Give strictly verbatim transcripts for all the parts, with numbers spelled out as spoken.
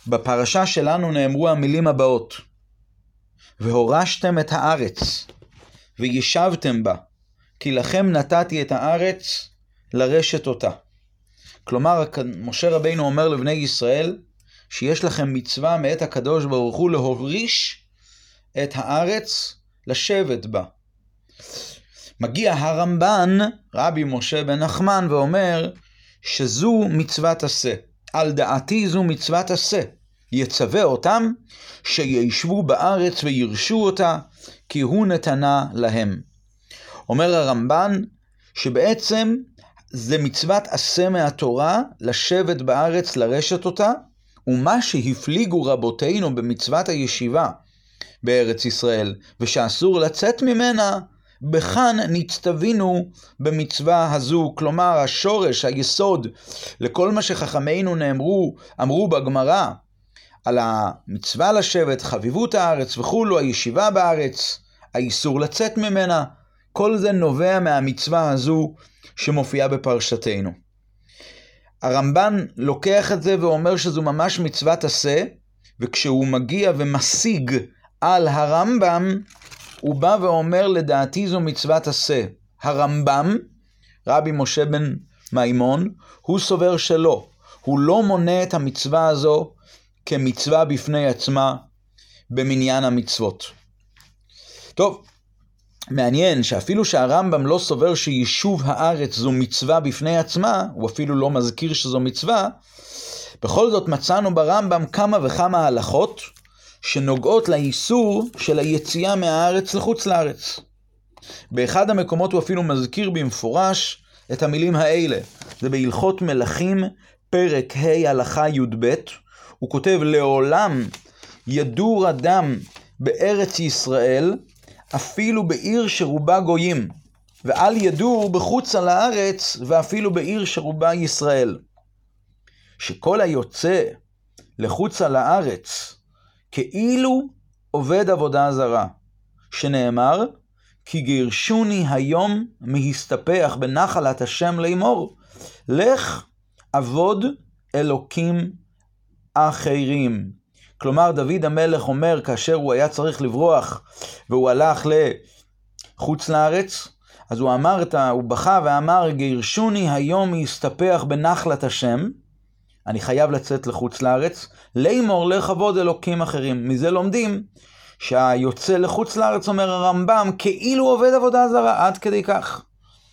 בפרשה שלנו נאמרו המילים הבאות: והורשתם את הארץ וישבתם בה, כי לכם נתתי את הארץ לרשת אותה. כלומר, משה רבינו אומר לבני ישראל שיש לכם מצווה מאת הקדוש ברוך הוא להוריש את הארץ, לשבת בה. מגיע הרמב"ן, רבי משה בן נחמן, ואומר שזו מצוות עשה. על דעתי זו מצוות עשה. יצווה אותם שישבו בארץ וירשו אותה, כי הוא נתנה להם. אומר הרמב"ן שבעצם זה מצוות עשה מהתורה לשבת בארץ, לרשת אותה, ומה שהפליגו רבותינו במצוות הישיבה בארץ ישראל, ושאסור לצאת ממנה, בכאן נצטווינו במצווה הזו. כלומר, השורש, היסוד לכל מה שחכמינו נאמרו, אמרו בגמרא, על המצווה לשבת, חביבות הארץ וכולו, הישיבה בארץ, האיסור לצאת ממנה, כל זה נובע מהמצווה הזו שמופיעה בפרשתנו. הרמב"ן לוקח את זה ואומר שזו ממש מצוות עשה, וכשהוא מגיע ומשיג על הרמב"ם, הוא בא ואומר לדעתי זו מצוות עשה. הרמב"ם, רבי משה בן מימון, הוא סובר שלא. הוא לא מונה את המצווה הזו כמצווה בפני עצמה במניין המצוות. טוב, מעניין שאפילו שהרמב"ם לא סובר שיישוב הארץ זו מצווה בפני עצמה, הוא אפילו לא מזכיר שזו מצווה, בכל זאת מצאנו ברמב"ם כמה וכמה הלכות שנוגעות לאיסור של היציאה מהארץ לחוץ לארץ. באחד המקומות הוא אפילו מזכיר במפורש את המילים האלה. זה בהלכות מלכים, פרק ה' הלכה י"ב. הוא כותב: לעולם ידור אדם בארץ ישראל, אפילו בעיר שרובה גויים, ואל ידור בחוץ על הארץ, ואפילו בעיר שרובה ישראל. שכל היוצא לחוץ על הארץ כאילו עובד עבודה זרה, שנאמר, כי גירשוני היום מהסתפח בנחלת השם לאמור, לך עבוד אלוקים אחרים. כלומר, דוד המלך אומר, כאשר הוא היה צריך לברוח, והוא הלך לחוץ לארץ, אז הוא אמר, הוא בכה ואמר, גירשוני היום מהסתפח בנחלת השם, אני חייב לצאת לחוץ לארץ, לאמור לך עבוד אלוקים אחרים. מזה לומדים שהיוצא לחוץ לארץ, אומר הרמב"ם, כאילו עובד עבודה זרה, עד כדי כך.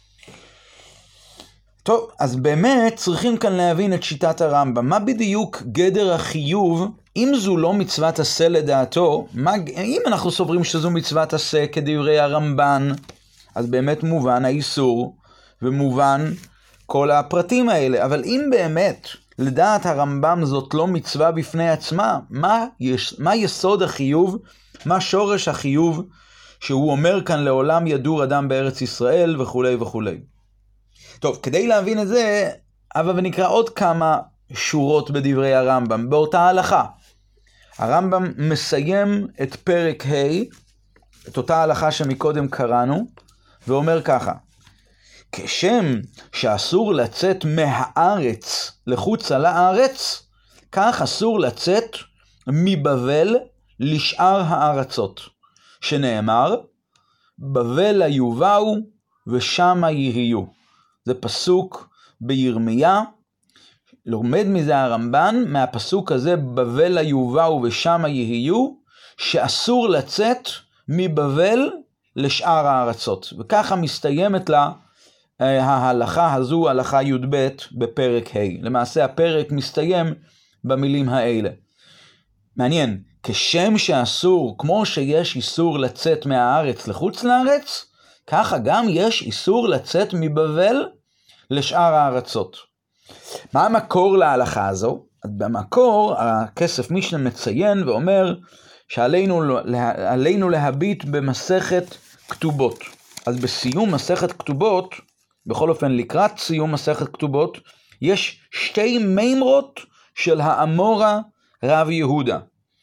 טוב, אז באמת צריכים כאן להבין את שיטת הרמב"ם. מה בדיוק גדר החיוב, אם זו לא מצוות עשה לדעתו, מה, אם אנחנו סוברים שזו מצוות עשה כדברי הרמב"ן, אז באמת מובן האיסור, ומובן כל הפרטים האלה. אבל אם באמת לדעת הרמב"ם זאת לא מצווה בפני עצמה, מה, יש, מה יסוד החיוב, מה שורש החיוב שהוא אומר כאן לעולם ידור אדם בארץ ישראל וכו' וכו'. טוב, כדי להבין את זה, אבל ונקרא עוד כמה שורות בדברי הרמב"ם, באותה הלכה. הרמב"ם מסיים את פרק ה', את אותה הלכה שמקודם קראנו, ואומר ככה: כשם שאסור לצאת מהארץ לחוץ על הארץ, כך אסור לצאת מבבל לשאר הארצות, שנאמר, בבל יובאו ושמה יהיו. זה פסוק בירמיה. לומד מזה הרמב"ן, מהפסוק הזה, בבל יובאו ושמה יהיו, שאסור לצאת מבבל לשאר הארצות. וככה מסתיימת לה ההלכה הזו, הלכה י"ב בפרק ה'. למעשה הפרק מסתיים במילים האלה. מעניין, כשם שאסור, כמו שיש איסור לצאת מהארץ לחוץ לארץ, ככה גם יש איסור לצאת מבבל לשאר הארצות. מה המקור להלכה הזו? במקור הכסף משנה מציין ואומר שעלינו עלינו להביט במסכת כתובות. אז בסיום מסכת כתובות, בכל אופן לקראת סיום מסכת כתובות, יש שתי מימרות של האמורה רב יהודה.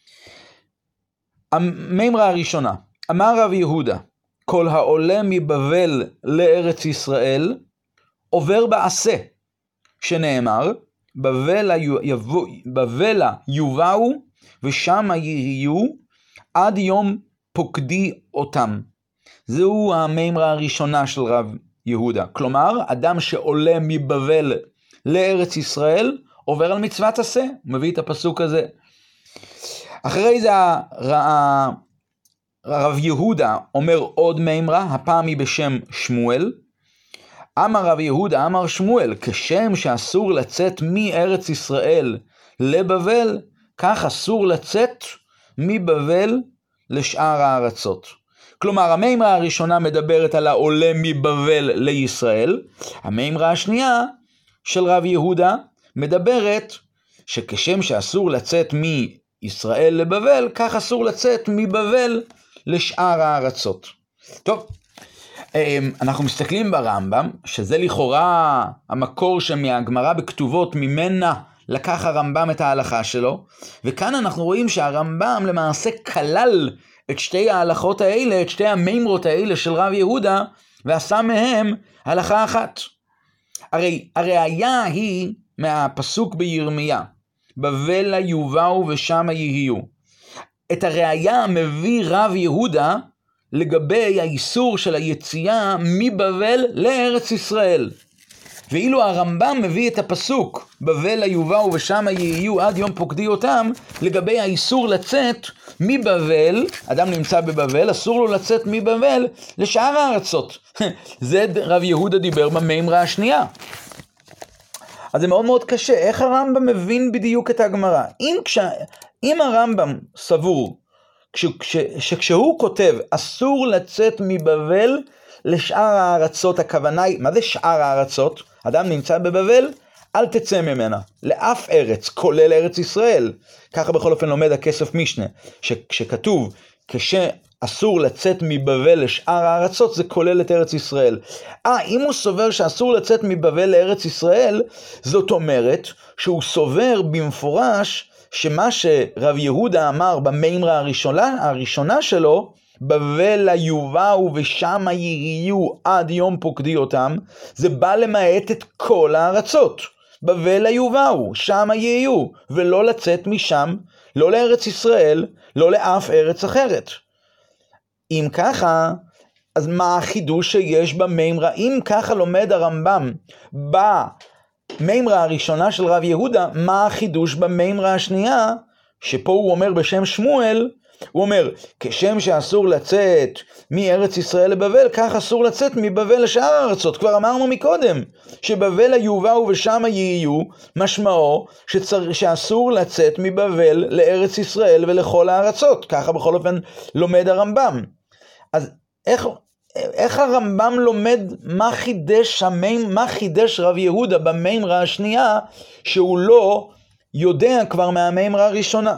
המימרה הראשונה, אמר רב יהודה, כל העולה מבבל לארץ ישראל עובר בעשה, שנאמר, בבלה, יבוא, בבלה יובאו ושם יהיו עד יום פוקדי אותם. זהו המימרה הראשונה של רב יהודה. כלומר, אדם שעולה מבבל לארץ ישראל, עובר על מצוות עשה. הוא מביא את הפסוק הזה. אחרי זה הרב יהודה אומר עוד מימרה, הפעם היא בשם שמואל. אמר רב יהודה, אמר שמואל, כשם שאסור לצאת מארץ ישראל לבבל, כך אסור לצאת מבבל לשאר הארצות. כלומר, המימרה הראשונה מדברת על העולה מבבל לישראל, המימרה השנייה של רב יהודה מדברת שכשם שאסור לצאת מישראל לבבל, כך אסור לצאת מבבל לשאר הארצות. טוב, אנחנו מסתכלים ברמב"ם, שזה לכאורה המקור שמהגמרא בכתובות ממנה לקח הרמב"ם את ההלכה שלו, וכאן אנחנו רואים שהרמב"ם למעשה כלל את שתי ההלכות האלה, את שתי המימרות האלה של רב יהודה, ועשה מהם הלכה אחת. הרי הראיה היא מהפסוק בירמיה, בבלה יובאו ושם יהיו. את הראיה מביא רב יהודה לגבי האיסור של היציאה מבבל לארץ ישראל. ואילו הרמב"ם מביא את הפסוק, בבל יובאו ושם יהיו עד יום פוקדי אותם, לגבי האיסור לצאת מבבל, אדם נמצא בבבל, אסור לו לצאת מבבל לשאר הארצות. זה רב יהודה דיבר במימרה השנייה. אז זה מאוד מאוד קשה, איך הרמב"ם מבין בדיוק את הגמרא? אם, כש, אם הרמב"ם סבור, כש, כש, שכשהוא כותב, אסור לצאת מבבל לשאר הארצות, הכוונה היא, מה זה שאר הארצות? אדם נמצא בבבל, אל תצא ממנה, לאף ארץ, כולל ארץ ישראל. ככה בכל אופן לומד הכסף משנה, שכשכתוב, כשאסור לצאת מבבל לשאר הארצות, זה כולל את ארץ ישראל. אה, אם הוא סובר שאסור לצאת מבבל לארץ ישראל, זאת אומרת שהוא סובר במפורש, שמה שרב יהודה אמר במימרה הראשונה, הראשונה שלו, בבל יובאו ושם יהיו עד יום פוקדי אותם, זה בא למעט את כל הארצות. בבל יובאו, שם יהיו, ולא לצאת משם, לא לארץ ישראל, לא לאף ארץ אחרת. אם ככה, אז מה החידוש שיש במימרה? אם ככה לומד הרמב"ם במימרה הראשונה של רב יהודה, מה החידוש במימרה השנייה, שפה הוא אומר בשם שמואל, הוא אומר, כשם שאסור לצאת מארץ ישראל לבבל, כך אסור לצאת מבבל לשאר הארצות. כבר אמרנו מקודם, שבבל יובאו ושם יהיו, משמעו שצר... שאסור לצאת מבבל לארץ ישראל ולכל הארצות. ככה בכל אופן לומד הרמב"ם. אז איך, איך הרמב"ם לומד מה חידש, המים, מה חידש רב יהודה במימרה השנייה, שהוא לא יודע כבר מהמימרה הראשונה?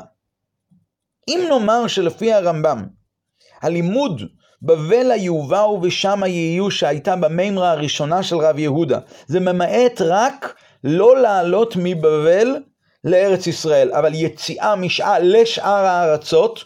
אם נאמר שלפי הרמב"ם, הלימוד בבל יובאו ושם יהיו שהייתה במימרה הראשונה של רב יהודה, זה ממעט רק לא לעלות מבבל לארץ ישראל, אבל יציאה משעה לשאר הארצות,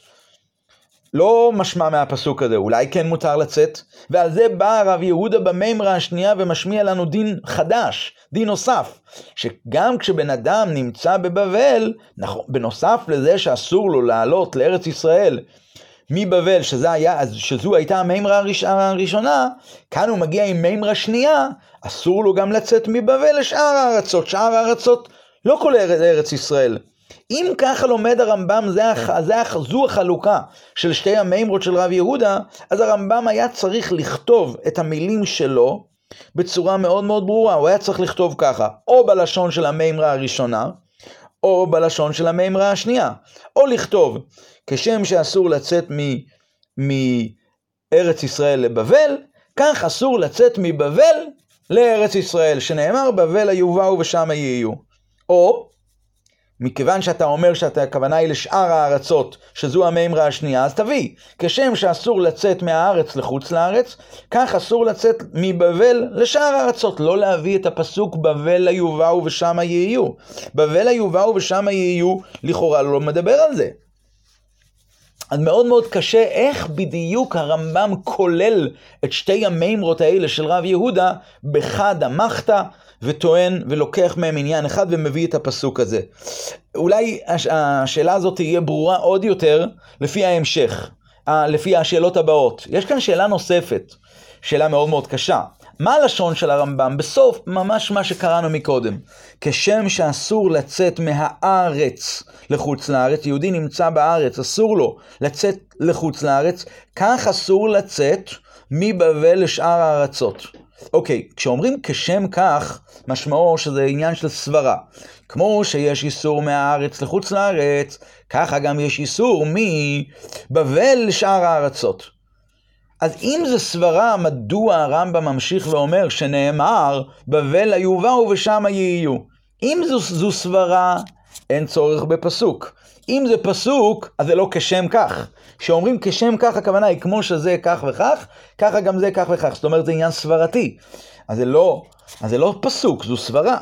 לא משמע מהפסוק הזה, אולי כן מותר לצאת, ועל זה בא רב יהודה במימרה השנייה ומשמיע לנו דין חדש, דין נוסף, שגם כשבן אדם נמצא בבבל, בנוסף לזה שאסור לו לעלות לארץ ישראל מבבל, שזה היה, שזו הייתה המימרה הראשונה, כאן הוא מגיע עם מימרה שנייה, אסור לו גם לצאת מבבל לשאר הארצות, שאר הארצות לא כל ארץ ישראל. אם ככה לומד הרמב"ם, זה, זה, זו החלוקה של שתי המימרות של רב יהודה, אז הרמב"ם היה צריך לכתוב את המילים שלו בצורה מאוד מאוד ברורה. הוא היה צריך לכתוב ככה, או בלשון של המימרה הראשונה, או בלשון של המימרה השנייה. או לכתוב, כשם שאסור לצאת מארץ ישראל לבבל, כך אסור לצאת מבבל לארץ ישראל, שנאמר בבל יובאו ושם יהיו. או מכיוון שאתה אומר שאתה הכוונה היא לשאר הארצות, שזו המימרה השנייה, אז תביא, כשם שאסור לצאת מהארץ לחוץ לארץ, כך אסור לצאת מבבל לשאר הארצות, לא להביא את הפסוק בבל יובאו ושם יהיו. בבל יובאו ושם יהיו, לכאורה לא מדבר על זה. אז מאוד מאוד קשה איך בדיוק הרמב"ם כולל את שתי המימרות האלה של רב יהודה בחד המחתא, וטוען ולוקח מהם עניין אחד ומביא את הפסוק הזה. אולי הש... השאלה הזאת תהיה ברורה עוד יותר לפי ההמשך, לפי השאלות הבאות. יש כאן שאלה נוספת, שאלה מאוד מאוד קשה. מה הלשון של הרמב"ם? בסוף ממש מה שקראנו מקודם. כשם שאסור לצאת מהארץ לחוץ לארץ, יהודי נמצא בארץ, אסור לו לצאת לחוץ לארץ, כך אסור לצאת מבבל לשאר הארצות. אוקיי, כשאומרים כשם כך, משמעו שזה עניין של סברה. כמו שיש איסור מהארץ לחוץ לארץ, ככה גם יש איסור מבבל לשאר הארצות. אז אם זה סברה, מדוע הרמב"ם ממשיך ואומר שנאמר, בבל היובאו ושם יהיו? אם זו, זו סברה, אין צורך בפסוק. אם זה פסוק, אז זה לא כשם כך. שאומרים כשם כך, הכוונה היא כמו שזה כך וכך, ככה גם זה כך וכך. זאת אומרת, זה עניין סברתי. אז זה לא, אז זה לא פסוק, זו סברה.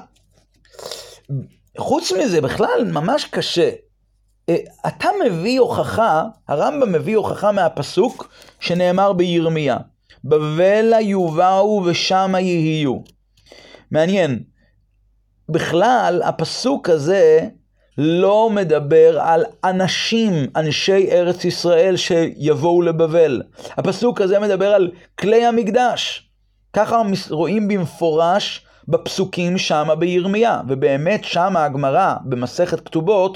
חוץ מזה, בכלל ממש קשה. אתה מביא הוכחה, הרמב"ם מביא הוכחה מהפסוק שנאמר בירמיה, בבל היובאו ושם יהיו. מעניין, בכלל הפסוק הזה לא מדבר על אנשים, אנשי ארץ ישראל שיבואו לבבל. הפסוק הזה מדבר על כלי המקדש. ככה רואים במפורש בפסוקים שמה בירמיה, ובאמת שמה הגמרא במסכת כתובות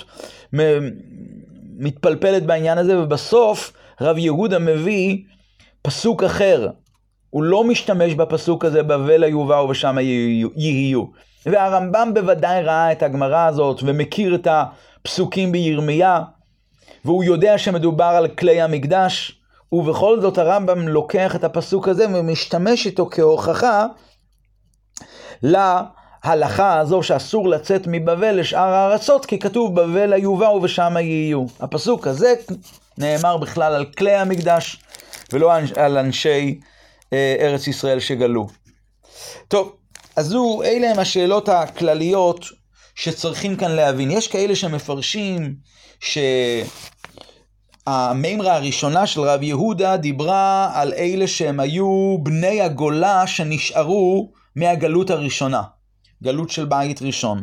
מתפלפלת בעניין הזה, ובסוף רב יהודה מביא פסוק אחר. הוא לא משתמש בפסוק הזה, בבל היובאו ושם יהיו. והרמב"ם בוודאי ראה את הגמרא הזאת ומכיר את הפסוקים בירמיה, והוא יודע שמדובר על כלי המקדש, ובכל זאת הרמב"ם לוקח את הפסוק הזה ומשתמש איתו כהוכחה להלכה הזו שאסור לצאת מבבל לשאר הארצות, כי כתוב בבל היובאו ושם יהיו. הפסוק הזה נאמר בכלל על כלי המקדש, ולא על אנשי ארץ ישראל שגלו. טוב, אז זו, אלה הם השאלות הכלליות שצריכים כאן להבין. יש כאלה שמפרשים שהמימרה הראשונה של רב יהודה דיברה על אלה שהם היו בני הגולה שנשארו מהגלות הראשונה, גלות של בית ראשון.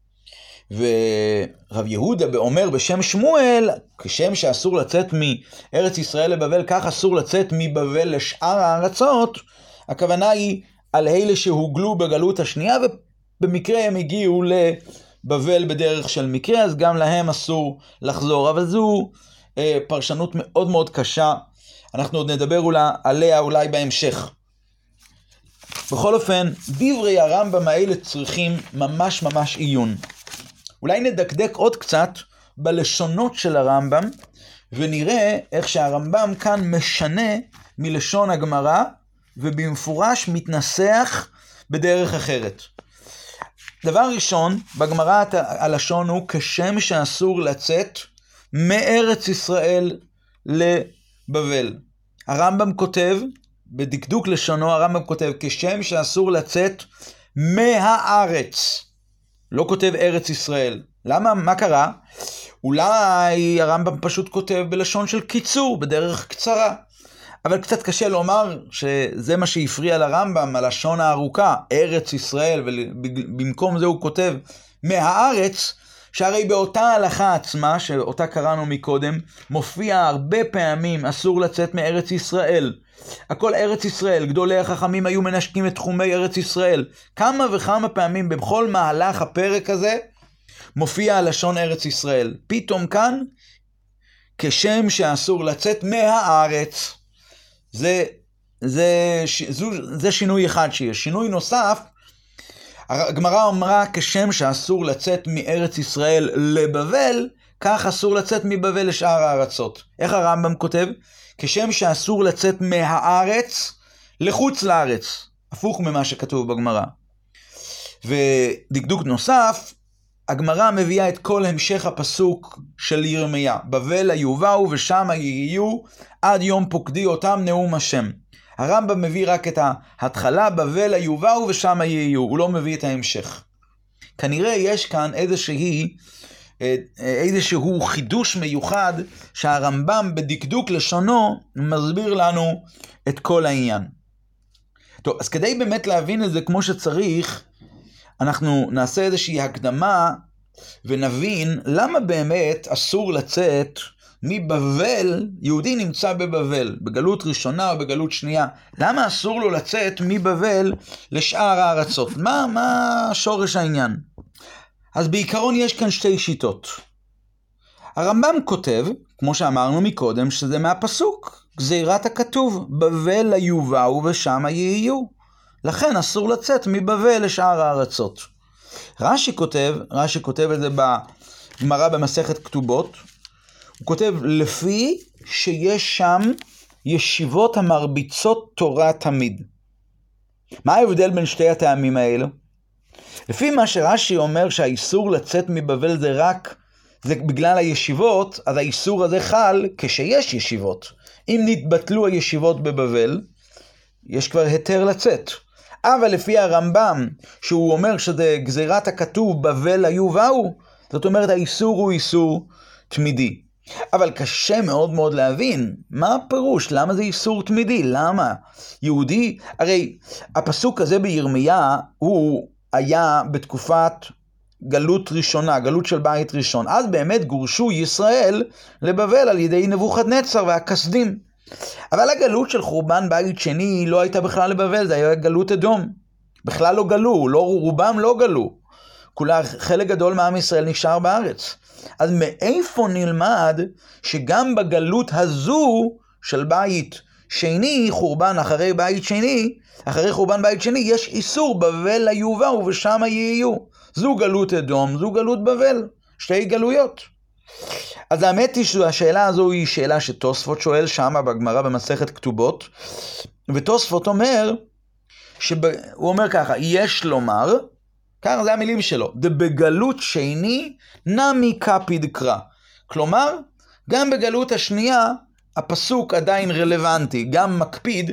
ורב יהודה אומר בשם שמואל, כשם שאסור לצאת מארץ ישראל לבבל, כך אסור לצאת מבבל לשאר הארצות. הכוונה היא על אלה שהוגלו בגלות השנייה, ובמקרה הם הגיעו לבבל בדרך של מקרה, אז גם להם אסור לחזור. אבל זו אה, פרשנות מאוד מאוד קשה, אנחנו עוד נדבר אולי, עליה אולי בהמשך. בכל אופן, דברי הרמב"ם האלה צריכים ממש ממש עיון. אולי נדקדק עוד קצת בלשונות של הרמב"ם, ונראה איך שהרמב"ם כאן משנה מלשון הגמרא, ובמפורש מתנסח בדרך אחרת. דבר ראשון, בגמרא הלשון הוא כשם שאסור לצאת מארץ ישראל לבבל. הרמב"ם כותב, בדקדוק לשונו הרמב"ם כותב, כשם שאסור לצאת מהארץ. לא כותב ארץ ישראל. למה? מה קרה? אולי הרמב"ם פשוט כותב בלשון של קיצור, בדרך קצרה. אבל קצת קשה לומר שזה מה שהפריע לרמב"ם, הלשון הארוכה, ארץ ישראל, ובמקום זה הוא כותב מהארץ, שהרי באותה הלכה עצמה, שאותה קראנו מקודם, מופיע הרבה פעמים אסור לצאת מארץ ישראל. הכל ארץ ישראל, גדולי החכמים היו מנשקים את תחומי ארץ ישראל. כמה וכמה פעמים בכל מהלך הפרק הזה מופיע הלשון ארץ ישראל. פתאום כאן, כשם שאסור לצאת מהארץ. זה, זה, זה, זה שינוי אחד שיש. שינוי נוסף, הגמרא אמרה כשם שאסור לצאת מארץ ישראל לבבל, כך אסור לצאת מבבל לשאר הארצות. איך הרמב"ם כותב? כשם שאסור לצאת מהארץ לחוץ לארץ. הפוך ממה שכתוב בגמרא. ודקדוק נוסף, הגמרא מביאה את כל המשך הפסוק של ירמיה. בבל היובאו ושם יהיו עד יום פוקדי אותם נאום השם. הרמב"ם מביא רק את ההתחלה, בבל היובאו ושם יהיו. הוא לא מביא את ההמשך. כנראה יש כאן איזושהי, איזשהו חידוש מיוחד שהרמב"ם בדקדוק לשונו מסביר לנו את כל העניין. טוב, אז כדי באמת להבין את זה כמו שצריך, אנחנו נעשה איזושהי הקדמה ונבין למה באמת אסור לצאת מבבל. יהודי נמצא בבבל, בגלות ראשונה או בגלות שנייה. למה אסור לו לצאת מבבל לשאר הארצות? מה, מה שורש העניין? אז בעיקרון יש כאן שתי שיטות. הרמב"ם כותב, כמו שאמרנו מקודם, שזה מהפסוק, גזירת הכתוב, בבל היובאו ושם יהיו. לכן אסור לצאת מבבל לשאר הארצות. רש"י כותב, רש"י כותב את זה בגמרא במסכת כתובות, הוא כותב, לפי שיש שם ישיבות המרביצות תורה תמיד. מה ההבדל בין שתי הטעמים האלו? לפי מה שרש"י אומר שהאיסור לצאת מבבל זה רק זה בגלל הישיבות, אז האיסור הזה חל כשיש ישיבות. אם נתבטלו הישיבות בבבל, יש כבר היתר לצאת. אבל לפי הרמב"ם, שהוא אומר שזה גזירת הכתוב בבל היובאו, זאת אומרת האיסור הוא איסור תמידי. אבל קשה מאוד מאוד להבין מה הפירוש, למה זה איסור תמידי, למה יהודי, הרי הפסוק הזה בירמיה הוא היה בתקופת גלות ראשונה, גלות של בית ראשון. אז באמת גורשו ישראל לבבל על ידי נבוכדנצר והכסדים. אבל הגלות של חורבן בית שני לא הייתה בכלל לבבל, זה היה גלות אדום. בכלל לא גלו, לא, רובם לא גלו. כולה, חלק גדול מעם ישראל נשאר בארץ. אז מאיפה נלמד שגם בגלות הזו של בית שני, חורבן אחרי בית שני, אחרי חורבן בית שני, יש איסור בבל היובאו ושם יהיו. זו גלות אדום, זו גלות בבל, שתי גלויות. אז האמת היא שהשאלה הזו היא שאלה שתוספות שואל שמה בגמרא במסכת כתובות, ותוספות אומר, שהוא אומר ככה, יש לומר, ככה זה המילים שלו, דבגלות שני נמי קפיד קרא. כלומר, גם בגלות השנייה, הפסוק עדיין רלוונטי, גם מקפיד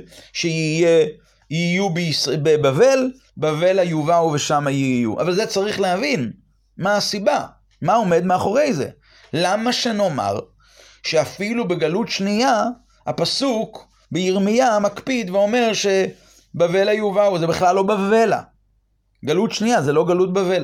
שיהיו בבבל, בבל היובאו ושם יהיו. אבל זה צריך להבין, מה הסיבה? מה עומד מאחורי זה? למה שנאמר שאפילו בגלות שנייה, הפסוק בירמיה מקפיד ואומר שבבל היובאו, זה בכלל לא בבלה. גלות שנייה זה לא גלות בבל.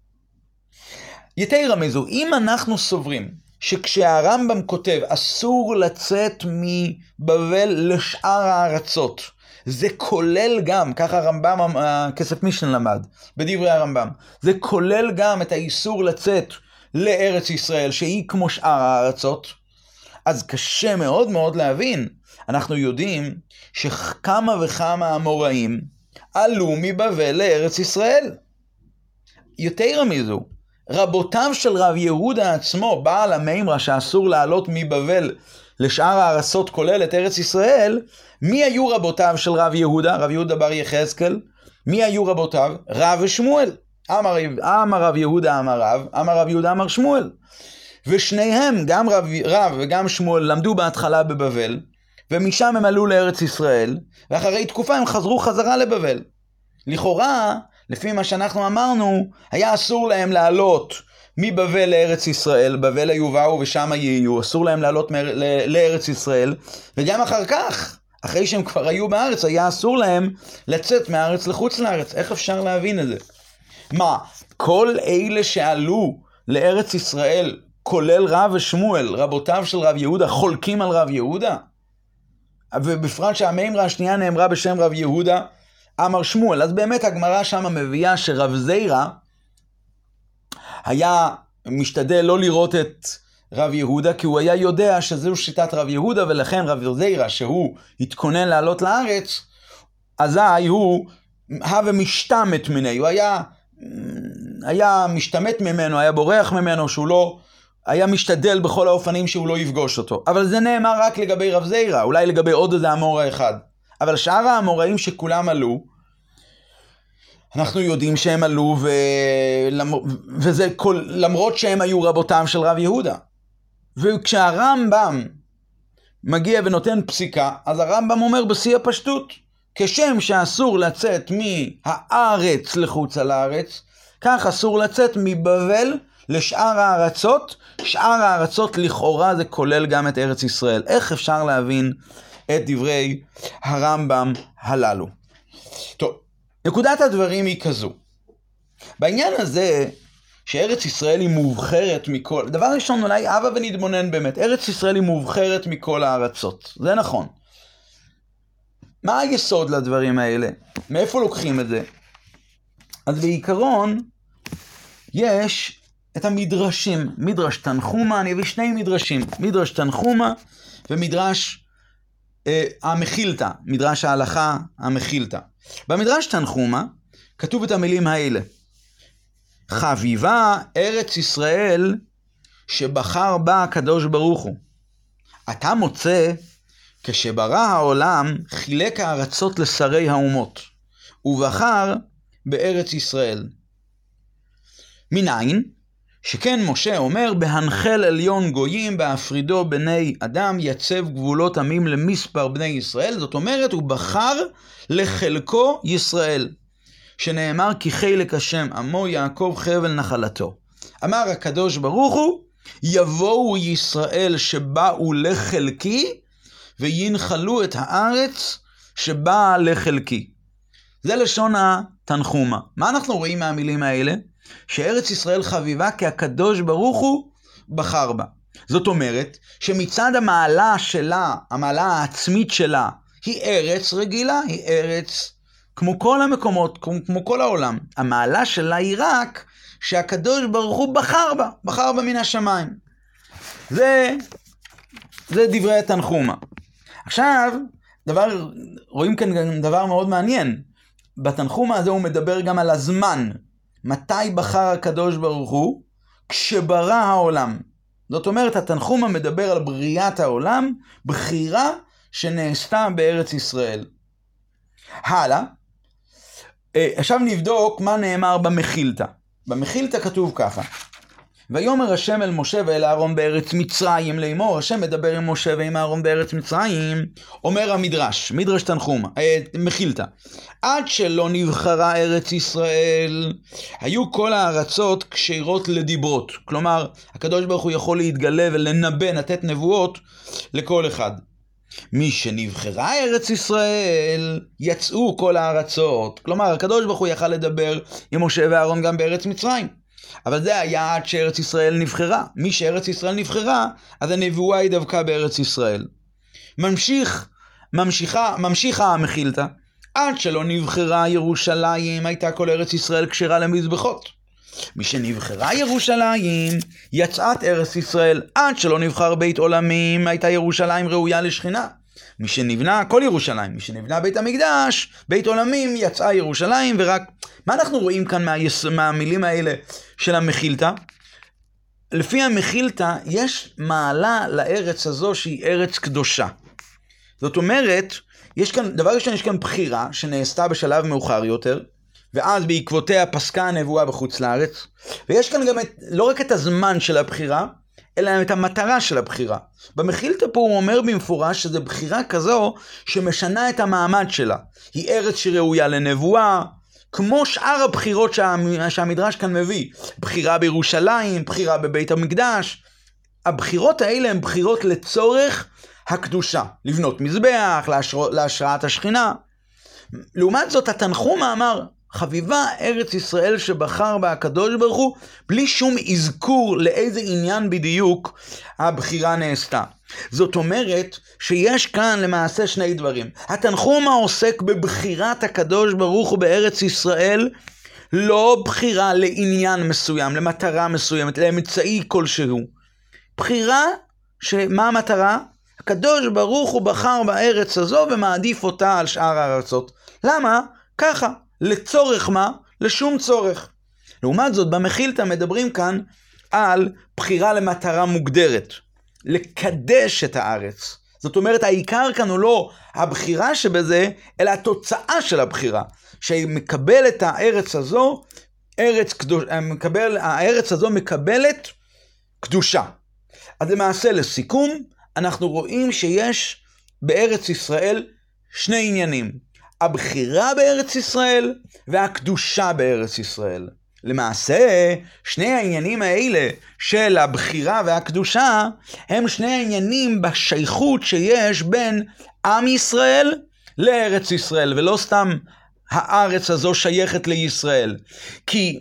יתרה מזו, אם אנחנו סוברים שכשהרמב"ם כותב אסור לצאת מבבל לשאר הארצות, זה כולל גם, ככה הרמב"ם, הכסף מישן למד, בדברי הרמב"ם, זה כולל גם את האיסור לצאת לארץ ישראל, שהיא כמו שאר הארצות, אז קשה מאוד מאוד להבין. אנחנו יודעים שכמה וכמה אמוראים עלו מבבל לארץ ישראל. יותר מזו, רבותיו של רב יהודה עצמו, בעל המימרה שאסור לעלות מבבל לשאר הארצות כולל את ארץ ישראל, מי היו רבותיו של רב יהודה? רב יהודה בר יחזקאל. מי היו רבותיו? רב ושמואל. אמר, אמר רב יהודה אמר רב, אמר רב יהודה אמר שמואל. ושניהם, גם רב, רב וגם שמואל, למדו בהתחלה בבבל, ומשם הם עלו לארץ ישראל, ואחרי תקופה הם חזרו חזרה לבבל. לכאורה, לפי מה שאנחנו אמרנו, היה אסור להם לעלות מבבל לארץ ישראל, בבל היובאו ושם יהיו, אסור להם לעלות לארץ ישראל, וגם אחר כך, אחרי שהם כבר היו בארץ, היה אסור להם לצאת מהארץ לחוץ לארץ. איך אפשר להבין את זה? מה, כל אלה שעלו לארץ ישראל, כולל רב ושמואל, רבותיו של רב יהודה, חולקים על רב יהודה? ובפרט שהמימרה השנייה נאמרה בשם רב יהודה, אמר שמואל. אז באמת הגמרא שם מביאה שרב זירא היה משתדל לא לראות את רב יהודה, כי הוא היה יודע שזו שיטת רב יהודה, ולכן רב זירא שהוא התכונן לעלות לארץ, אזי הוא הווה משתמת מני, הוא היה, היה משתמת ממנו, היה בורח ממנו, שהוא לא, היה משתדל בכל האופנים שהוא לא יפגוש אותו. אבל זה נאמר רק לגבי רב זירא, אולי לגבי עוד איזה אמורא אחד. אבל שאר האמוראים שכולם עלו, אנחנו יודעים שהם עלו, ולמ... וזה כל... למרות שהם היו רבותם של רב יהודה. וכשהרמב"ם מגיע ונותן פסיקה, אז הרמב"ם אומר בשיא הפשטות, כשם שאסור לצאת מהארץ לחוץ על הארץ, כך אסור לצאת מבבל לשאר הארצות. שאר הארצות לכאורה זה כולל גם את ארץ ישראל. איך אפשר להבין את דברי הרמב"ם הללו? טוב, נקודת הדברים היא כזו, בעניין הזה, שארץ ישראל היא מובחרת מכל, דבר ראשון אולי אבא ונתבונן באמת, ארץ ישראל היא מובחרת מכל הארצות, זה נכון. מה היסוד לדברים האלה? מאיפה לוקחים את זה? אז בעיקרון, יש את המדרשים, מדרש תנחומה, אני אביא שני מדרשים, מדרש תנחומה ומדרש אה, המחילתא, מדרש ההלכה המחילתא. במדרש תנחומה כתוב את המילים האלה, חביבה ארץ ישראל שבחר בה הקדוש ברוך הוא. אתה מוצא כשברא העולם חילק הארצות לשרי האומות, ובחר בארץ ישראל. מניין? שכן משה אומר, בהנחל עליון גויים, בהפרידו בני אדם, יצב גבולות עמים למספר בני ישראל. זאת אומרת, הוא בחר לחלקו ישראל. שנאמר, כי חילק השם עמו יעקב חבל נחלתו. אמר הקדוש ברוך הוא, יבואו ישראל שבאו לחלקי, וינחלו את הארץ שבאה לחלקי. זה לשון התנחומה. מה אנחנו רואים מהמילים האלה? שארץ ישראל חביבה כי הקדוש ברוך הוא בחר בה. זאת אומרת שמצד המעלה שלה, המעלה העצמית שלה, היא ארץ רגילה, היא ארץ כמו כל המקומות, כמו, כמו כל העולם. המעלה שלה היא רק שהקדוש ברוך הוא בחר בה, בחר בה מן השמיים. זה, זה דברי התנחומה. עכשיו, דבר, רואים כאן דבר מאוד מעניין. בתנחומה הזה הוא מדבר גם על הזמן. מתי בחר הקדוש ברוך הוא? כשברא העולם. זאת אומרת, התנחומה מדבר על בריאת העולם, בחירה שנעשתה בארץ ישראל. הלאה. עכשיו נבדוק מה נאמר במחילתא. במחילתא כתוב ככה, ויאמר השם אל משה ואל אהרון בארץ מצרים לאמור. השם מדבר עם משה ועם אהרון בארץ מצרים. אומר המדרש, מדרש תנחומה, אה, מחילתא, עד שלא נבחרה ארץ ישראל, היו כל הארצות כשירות לדיברות. כלומר, הקדוש ברוך הוא יכול להתגלה ולנבא, לתת נבואות לכל אחד. מי שנבחרה ארץ ישראל, יצאו כל הארצות. כלומר, הקדוש ברוך הוא יכל לדבר עם משה ואהרון גם בארץ מצרים. אבל זה היה עד שארץ ישראל נבחרה. מי שארץ ישראל נבחרה, אז הנבואה היא דווקא בארץ ישראל. ממשיך, ממשיכה, ממשיכה המחילתא. עד שלא נבחרה ירושלים, הייתה כל ארץ ישראל כשרה למזבחות. מי שנבחרה ירושלים, יצאת ארץ ישראל. עד שלא נבחר בית עולמים, הייתה ירושלים ראויה לשכינה. מי שנבנה, כל ירושלים, מי שנבנה בית המקדש, בית עולמים, יצאה ירושלים. ורק, מה אנחנו רואים כאן מהיס... מהמילים האלה של המחילתא? לפי המחילתא, יש מעלה לארץ הזו שהיא ארץ קדושה. זאת אומרת, יש כאן, דבר ראשון, יש כאן בחירה שנעשתה בשלב מאוחר יותר, ואז בעקבותיה פסקה הנבואה בחוץ לארץ. ויש כאן גם את, לא רק את הזמן של הבחירה, אלא את המטרה של הבחירה. במחילתא פה הוא אומר במפורש שזו בחירה כזו שמשנה את המעמד שלה. היא ארץ שראויה לנבואה, כמו שאר הבחירות שה, שהמדרש כאן מביא. בחירה בירושלים, בחירה בבית המקדש. הבחירות האלה הן בחירות לצורך הקדושה. לבנות מזבח, להשר, להשראת השכינה. לעומת זאת, התנחומה אמר, חביבה ארץ ישראל שבחר בה הקדוש ברוך הוא, בלי שום אזכור לאיזה עניין בדיוק הבחירה נעשתה. זאת אומרת שיש כאן למעשה שני דברים. התנחומה עוסק בבחירת הקדוש ברוך הוא בארץ ישראל, לא בחירה לעניין מסוים, למטרה מסוימת, לאמצעי כלשהו. בחירה שמה המטרה? הקדוש ברוך הוא בחר בארץ הזו ומעדיף אותה על שאר הארצות. למה? ככה. לצורך מה? לשום צורך. לעומת זאת, במחילתא מדברים כאן על בחירה למטרה מוגדרת. לקדש את הארץ. זאת אומרת, העיקר כאן הוא לא הבחירה שבזה, אלא התוצאה של הבחירה. שמקבל את הארץ הזו, ארץ קדוש, מקבל, הארץ הזו מקבלת קדושה. אז למעשה, לסיכום, אנחנו רואים שיש בארץ ישראל שני עניינים. הבחירה בארץ ישראל והקדושה בארץ ישראל. למעשה, שני העניינים האלה של הבחירה והקדושה, הם שני העניינים בשייכות שיש בין עם ישראל לארץ ישראל, ולא סתם הארץ הזו שייכת לישראל. כי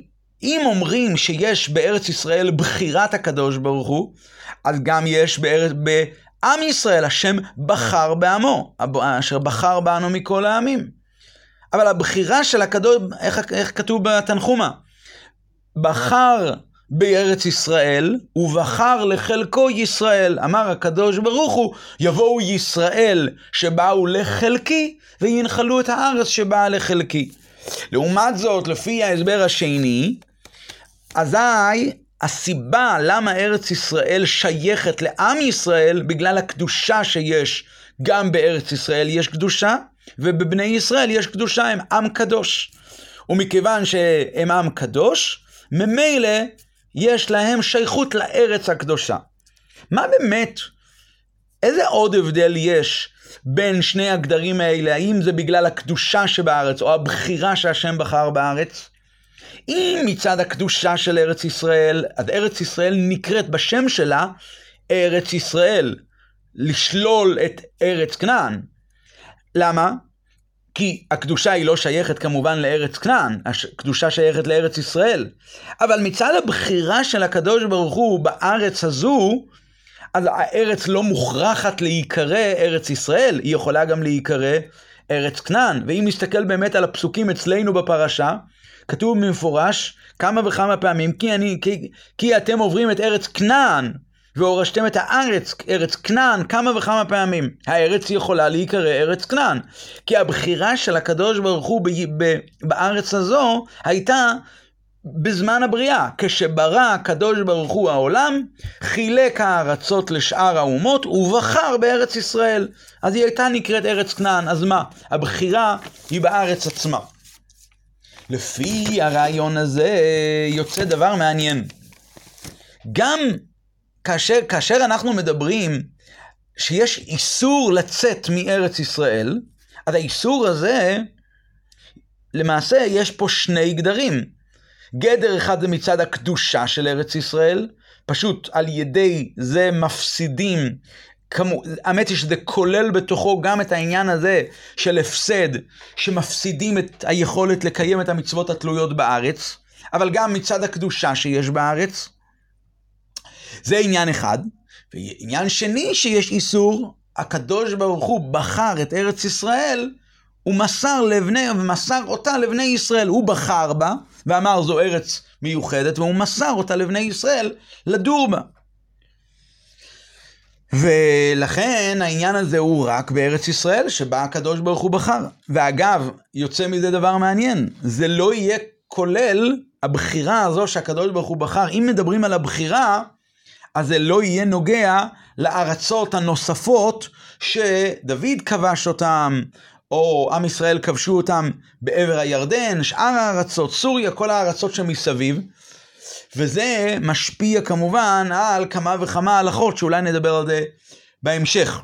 אם אומרים שיש בארץ ישראל בחירת הקדוש ברוך הוא, אז גם יש בארץ, בעם ישראל, השם בחר בעמו, אשר בחר בנו מכל העמים. אבל הבחירה של הקדוש, איך, איך כתוב בתנחומה? בחר בארץ ישראל, ובחר לחלקו ישראל. אמר הקדוש ברוך הוא, יבואו ישראל שבאו לחלקי, וינחלו את הארץ שבאה לחלקי. לעומת זאת, לפי ההסבר השני, אזי הסיבה למה ארץ ישראל שייכת לעם ישראל, בגלל הקדושה שיש גם בארץ ישראל יש קדושה, ובבני ישראל יש קדושה, הם עם קדוש. ומכיוון שהם עם קדוש, ממילא יש להם שייכות לארץ הקדושה. מה באמת, איזה עוד הבדל יש בין שני הגדרים האלה? האם זה בגלל הקדושה שבארץ, או הבחירה שהשם בחר בארץ? אם מצד הקדושה של ארץ ישראל, אז ארץ ישראל נקראת בשם שלה ארץ ישראל, לשלול את ארץ כנען. למה? כי הקדושה היא לא שייכת כמובן לארץ כנען, הקדושה שייכת לארץ ישראל. אבל מצד הבחירה של הקדוש ברוך הוא בארץ הזו, אז הארץ לא מוכרחת להיקרא ארץ ישראל, היא יכולה גם להיקרא ארץ כנען. ואם נסתכל באמת על הפסוקים אצלנו בפרשה, כתוב במפורש כמה וכמה פעמים, כי, אני, כי, כי אתם עוברים את ארץ כנען, והורשתם את הארץ, ארץ כנען, כמה וכמה פעמים. הארץ יכולה להיקרא ארץ כנען. כי הבחירה של הקדוש ברוך הוא ב, ב, בארץ הזו, הייתה בזמן הבריאה. כשברא הקדוש ברוך הוא העולם, חילק הארצות לשאר האומות, ובחר בארץ ישראל. אז היא הייתה נקראת ארץ כנען. אז מה? הבחירה היא בארץ עצמה. לפי הרעיון הזה יוצא דבר מעניין. גם כאשר, כאשר אנחנו מדברים שיש איסור לצאת מארץ ישראל, אז האיסור הזה, למעשה יש פה שני גדרים. גדר אחד זה מצד הקדושה של ארץ ישראל, פשוט על ידי זה מפסידים, כמו, האמת היא שזה כולל בתוכו גם את העניין הזה של הפסד, שמפסידים את היכולת לקיים את המצוות התלויות בארץ, אבל גם מצד הקדושה שיש בארץ. זה עניין אחד. ועניין שני שיש איסור, הקדוש ברוך הוא בחר את ארץ ישראל, ומסר לבני, ומסר אותה לבני ישראל. הוא בחר בה, ואמר זו ארץ מיוחדת, והוא מסר אותה לבני ישראל לדור בה. ולכן העניין הזה הוא רק בארץ ישראל, שבה הקדוש ברוך הוא בחר. ואגב, יוצא מזה דבר מעניין, זה לא יהיה כולל הבחירה הזו שהקדוש ברוך הוא בחר. אם מדברים על הבחירה, אז זה לא יהיה נוגע לארצות הנוספות שדוד כבש אותם, או עם ישראל כבשו אותם בעבר הירדן, שאר הארצות, סוריה, כל הארצות שמסביב. וזה משפיע כמובן על כמה וכמה הלכות, שאולי נדבר על זה בהמשך.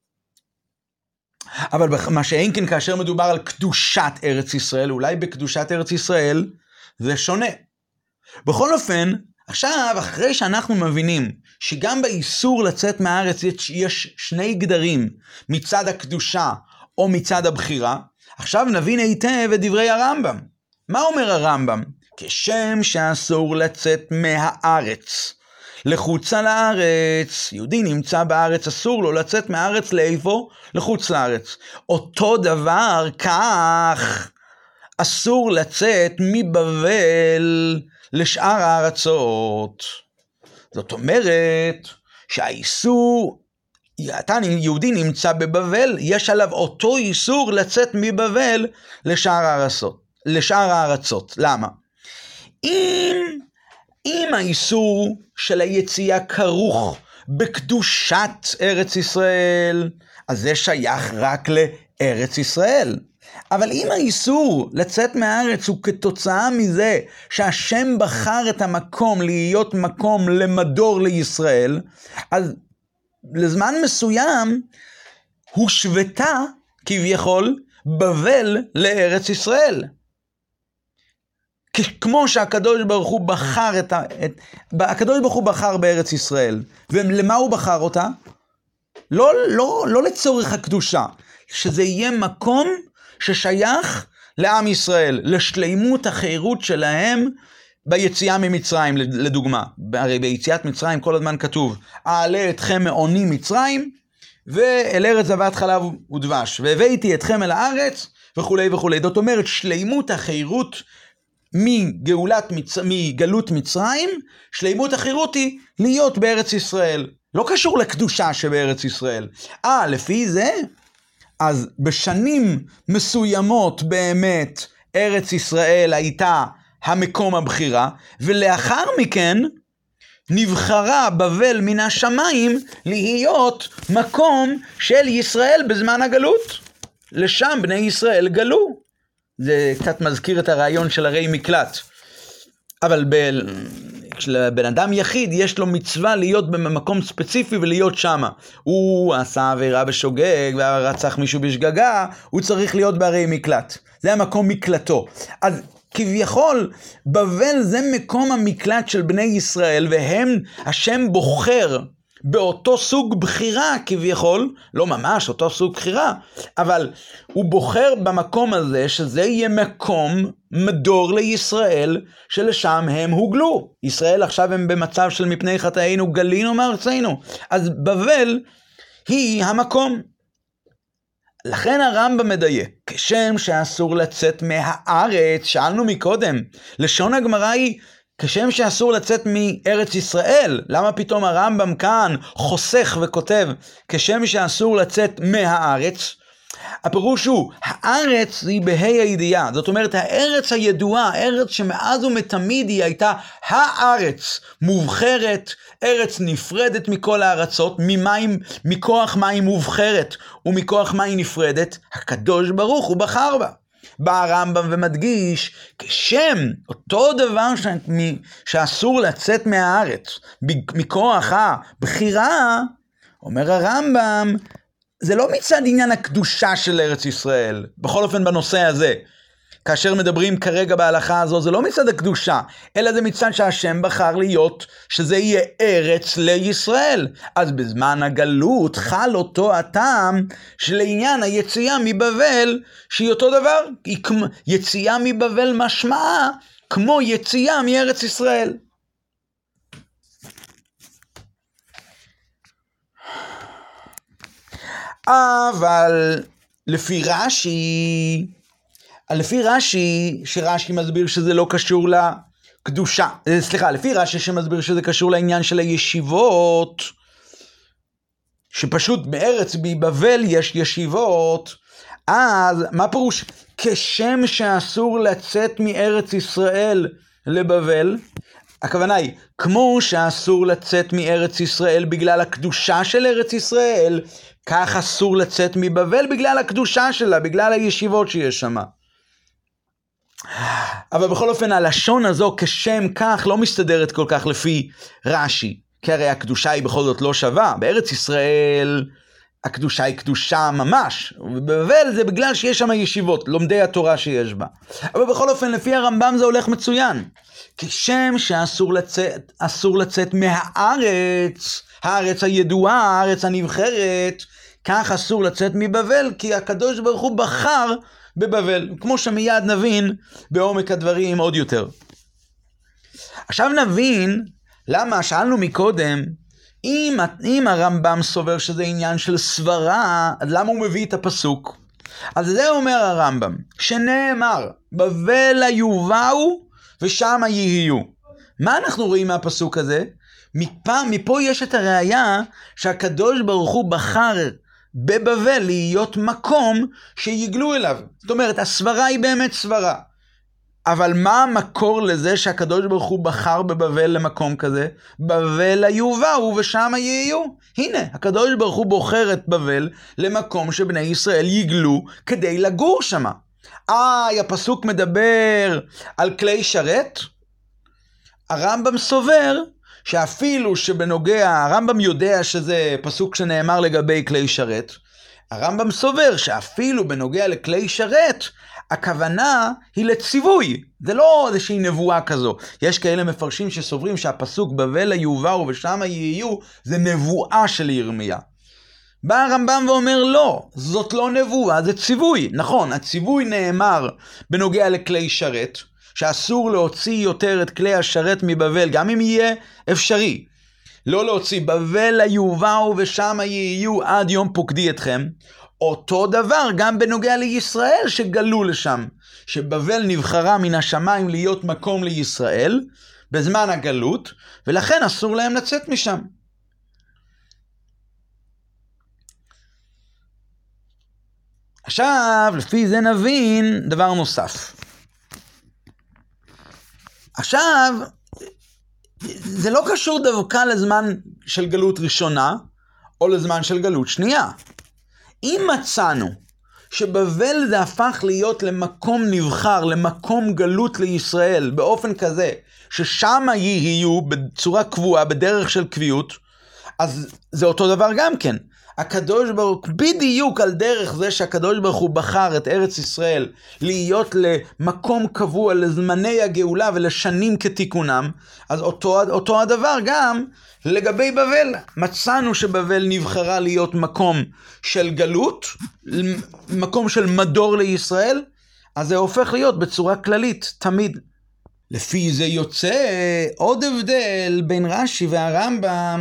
אבל מה שאין כן כאשר מדובר על קדושת ארץ ישראל, אולי בקדושת ארץ ישראל זה שונה. בכל אופן, עכשיו אחרי שאנחנו מבינים שגם באיסור לצאת מהארץ יש שני גדרים, מצד הקדושה או מצד הבחירה, עכשיו נבין היטב את דברי הרמב"ם. מה אומר הרמב"ם? כשם שאסור לצאת מהארץ לחוץ לארץ, יהודי נמצא בארץ, אסור לו לצאת מהארץ לאיפה? לחוץ לארץ. אותו דבר כך אסור לצאת מבבל לשאר הארצות. זאת אומרת שהאיסור, אתה יהודי נמצא בבבל, יש עליו אותו איסור לצאת מבבל לשאר הארצות. לשאר הארצות. למה? אם, אם האיסור של היציאה כרוך בקדושת ארץ ישראל, אז זה שייך רק לארץ ישראל. אבל אם האיסור לצאת מהארץ הוא כתוצאה מזה שהשם בחר את המקום להיות מקום למדור לישראל, אז לזמן מסוים הושוותה כביכול בבל לארץ ישראל. כמו שהקדוש ברוך הוא בחר את ה... את... הקדוש ברוך הוא בחר בארץ ישראל. ולמה הוא בחר אותה? לא, לא, לא לצורך הקדושה. שזה יהיה מקום ששייך לעם ישראל. לשלימות החירות שלהם ביציאה ממצרים, לדוגמה. הרי ביציאת מצרים כל הזמן כתוב, אעלה אתכם מעוני מצרים, ואל ארץ זבת חלב ודבש, והבאתי אתכם אל הארץ, וכולי וכולי. זאת אומרת, שלימות החירות מגאולת מצ... מגלות מצרים, שלימות החירות היא להיות בארץ ישראל. לא קשור לקדושה שבארץ ישראל. אה, לפי זה, אז בשנים מסוימות באמת, ארץ ישראל הייתה המקום הבחירה, ולאחר מכן נבחרה בבל מן השמיים להיות מקום של ישראל בזמן הגלות. לשם בני ישראל גלו. זה קצת מזכיר את הרעיון של הרי מקלט. אבל ב... כשלבן אדם יחיד יש לו מצווה להיות במקום ספציפי ולהיות שמה. הוא עשה עבירה בשוגג ורצח מישהו בשגגה, הוא צריך להיות בהרי מקלט. זה המקום מקלטו. אז כביכול, בבל זה מקום המקלט של בני ישראל, והם, השם בוחר באותו סוג בחירה כביכול, לא ממש אותו סוג בחירה, אבל הוא בוחר במקום הזה, שזה יהיה מקום מדור לישראל, שלשם הם הוגלו. ישראל עכשיו הם במצב של מפני חטאינו גלינו מארצנו. אז בבל היא המקום. לכן הרמב"ם מדייק, כשם שאסור לצאת מהארץ, שאלנו מקודם, לשון הגמרא היא, כשם שאסור לצאת מארץ ישראל, למה פתאום הרמב"ם כאן חוסך וכותב, כשם שאסור לצאת מהארץ? הפירוש הוא, הארץ היא בהי הידיעה, זאת אומרת הארץ הידועה, הארץ שמאז ומתמיד היא הייתה הארץ, מובחרת, ארץ נפרדת מכל הארצות, ממים, מכוח מים מובחרת ומכוח מים נפרדת, הקדוש ברוך הוא בחר בה. בא הרמב"ם ומדגיש, כשם אותו דבר ש... שאסור לצאת מהארץ, מכוח הבחירה, אומר הרמב"ם, זה לא מצד עניין הקדושה של ארץ ישראל, בכל אופן בנושא הזה. כאשר מדברים כרגע בהלכה הזו, זה לא מצד הקדושה, אלא זה מצד שהשם בחר להיות, שזה יהיה ארץ לישראל. אז בזמן הגלות חל אותו הטעם שלעניין היציאה מבבל, שהיא אותו דבר, יציאה מבבל משמעה, כמו יציאה מארץ ישראל. אבל לפי רש"י, לפי רש"י, שרש"י מסביר שזה לא קשור לקדושה, סליחה, לפי רש"י שמסביר שזה קשור לעניין של הישיבות, שפשוט בארץ בבבל יש ישיבות, אז מה פירוש? כשם שאסור לצאת מארץ ישראל לבבל, הכוונה היא, כמו שאסור לצאת מארץ ישראל בגלל הקדושה של ארץ ישראל, כך אסור לצאת מבבל בגלל הקדושה שלה, בגלל הישיבות שיש שם. אבל בכל אופן, הלשון הזו כשם כך לא מסתדרת כל כך לפי רש"י, כי הרי הקדושה היא בכל זאת לא שווה. בארץ ישראל הקדושה היא קדושה ממש, ובבבל זה בגלל שיש שם ישיבות, לומדי התורה שיש בה. אבל בכל אופן, לפי הרמב"ם זה הולך מצוין. כשם שאסור לצאת, אסור לצאת מהארץ, הארץ הידועה, הארץ הנבחרת, כך אסור לצאת מבבל, כי הקדוש ברוך הוא בחר בבבל, כמו שמיד נבין בעומק הדברים עוד יותר. עכשיו נבין למה שאלנו מקודם, אם, אם הרמב"ם סובר שזה עניין של סברה, אז למה הוא מביא את הפסוק? אז זה אומר הרמב"ם, שנאמר, בבל היובאו ושם יהיו. מה אנחנו רואים מהפסוק הזה? מפה, מפה יש את הראייה שהקדוש ברוך הוא בחר בבבל להיות מקום שיגלו אליו. זאת אומרת, הסברה היא באמת סברה. אבל מה המקור לזה שהקדוש ברוך הוא בחר בבבל למקום כזה? בבל היובאו ושם יהיו. הנה, הקדוש ברוך הוא בוחר את בבל למקום שבני ישראל יגלו כדי לגור שם. אה, הפסוק מדבר על כלי שרת? הרמב"ם סובר שאפילו שבנוגע, הרמב"ם יודע שזה פסוק שנאמר לגבי כלי שרת, הרמב"ם סובר שאפילו בנוגע לכלי שרת, הכוונה היא לציווי, זה לא איזושהי נבואה כזו. יש כאלה מפרשים שסוברים שהפסוק בבל היובאו ושם יהיו, זה נבואה של ירמיה. בא הרמב"ם ואומר לא, זאת לא נבואה, זה ציווי. נכון, הציווי נאמר בנוגע לכלי שרת, שאסור להוציא יותר את כלי השרת מבבל, גם אם יהיה אפשרי. לא להוציא, בבל היובאו ושם יהיו עד יום פוקדי אתכם. אותו דבר גם בנוגע לישראל שגלו לשם, שבבל נבחרה מן השמיים להיות מקום לישראל בזמן הגלות, ולכן אסור להם לצאת משם. עכשיו, לפי זה נבין דבר נוסף. עכשיו, זה לא קשור דווקא לזמן של גלות ראשונה, או לזמן של גלות שנייה. אם מצאנו שבבל זה הפך להיות למקום נבחר, למקום גלות לישראל, באופן כזה, ששם יהיו בצורה קבועה, בדרך של קביעות, אז זה אותו דבר גם כן. הקדוש ברוך בדיוק על דרך זה שהקדוש ברוך הוא בחר את ארץ ישראל להיות למקום קבוע לזמני הגאולה ולשנים כתיקונם, אז אותו, אותו הדבר גם לגבי בבל. מצאנו שבבל נבחרה להיות מקום של גלות, מקום של מדור לישראל, אז זה הופך להיות בצורה כללית תמיד. לפי זה יוצא עוד הבדל בין רש"י והרמב"ם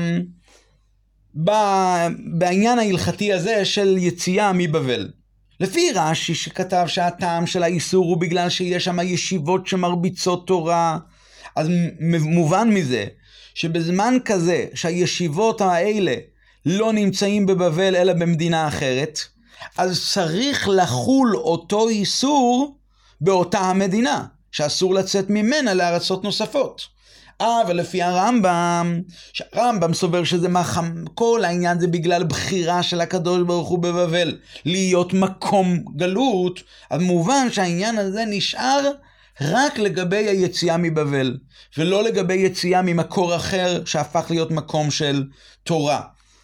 בעניין ההלכתי הזה של יציאה מבבל. לפי רש"י שכתב שהטעם של האיסור הוא בגלל שיש שם ישיבות שמרביצות תורה, אז מובן מזה שבזמן כזה שהישיבות האלה לא נמצאים בבבל אלא במדינה אחרת, אז צריך לחול אותו איסור באותה המדינה, שאסור לצאת ממנה לארצות נוספות. אבל לפי הרמב"ם, שהרמב"ם סובר שזה מחם, כל העניין זה בגלל בחירה של הקדוש ברוך הוא בבבל, להיות מקום גלות, אז מובן שהעניין הזה נשאר רק לגבי היציאה מבבל, ולא לגבי יציאה ממקור אחר שהפך להיות מקום של תורה.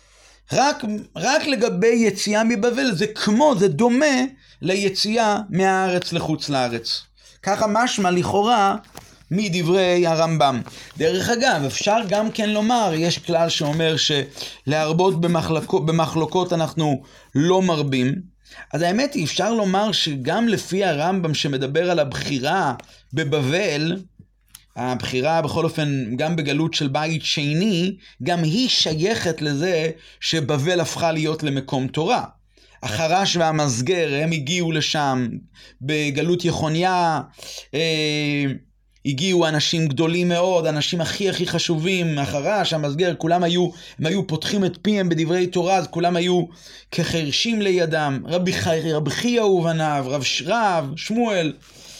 רק, רק לגבי יציאה מבבל זה כמו, זה דומה ליציאה מהארץ לחוץ לארץ. ככה משמע לכאורה מדברי הרמב"ם. דרך אגב, אפשר גם כן לומר, יש כלל שאומר שלהרבות במחלוקות, במחלוקות אנחנו לא מרבים. אז האמת היא, אפשר לומר שגם לפי הרמב"ם שמדבר על הבחירה בבבל, הבחירה בכל אופן גם בגלות של בית שני, גם היא שייכת לזה שבבל הפכה להיות למקום תורה. החרש והמסגר הם הגיעו לשם בגלות יחוניה, אה, הגיעו אנשים גדולים מאוד, אנשים הכי הכי חשובים, החרש, המסגר, כולם היו, הם היו פותחים את פיהם בדברי תורה, אז כולם היו כחרשים לידם, רבי חי, רבי חייא ובניו, רב רב, שמואל.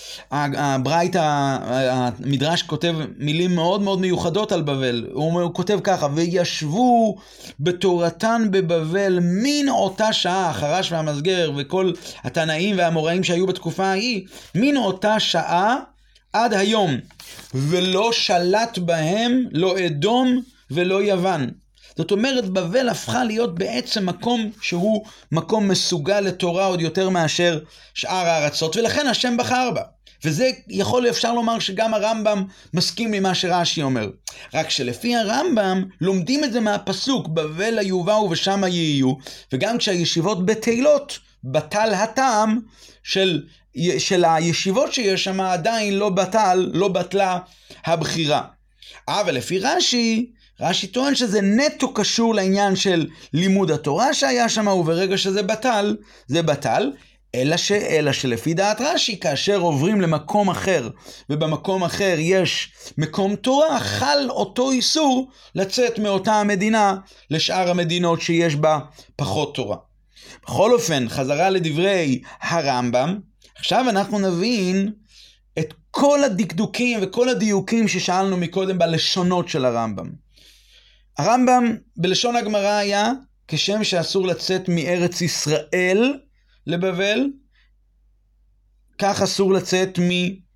הברייתא, המדרש כותב מילים מאוד מאוד מיוחדות על בבל, הוא, הוא כותב ככה, וישבו בתורתן בבבל מן אותה שעה, החרש והמסגר וכל התנאים והאמוראים שהיו בתקופה ההיא, מן אותה שעה עד היום, ולא שלט בהם לא אדום ולא יוון. זאת אומרת, בבל הפכה להיות בעצם מקום שהוא מקום מסוגל לתורה עוד יותר מאשר שאר הארצות, ולכן השם בחר בה. וזה יכול, אפשר לומר שגם הרמב"ם מסכים למה שרש"י אומר. רק שלפי הרמב"ם לומדים את זה מהפסוק, בבל היובאו ושם יהיו, וגם כשהישיבות בטלות, בטל הטעם של, של הישיבות שיש שם, עדיין לא בטל, לא בטלה הבחירה. אבל לפי רש"י, רש"י טוען שזה נטו קשור לעניין של לימוד התורה שהיה שם, וברגע שזה בטל, זה בטל, אלא, ש... אלא שלפי דעת רש"י, כאשר עוברים למקום אחר, ובמקום אחר יש מקום תורה, חל אותו איסור לצאת מאותה המדינה לשאר המדינות שיש בה פחות תורה. בכל אופן, חזרה לדברי הרמב"ם, עכשיו אנחנו נבין את כל הדקדוקים וכל הדיוקים ששאלנו מקודם בלשונות של הרמב"ם. הרמב"ם בלשון הגמרא היה כשם שאסור לצאת מארץ ישראל לבבל, כך אסור לצאת מ...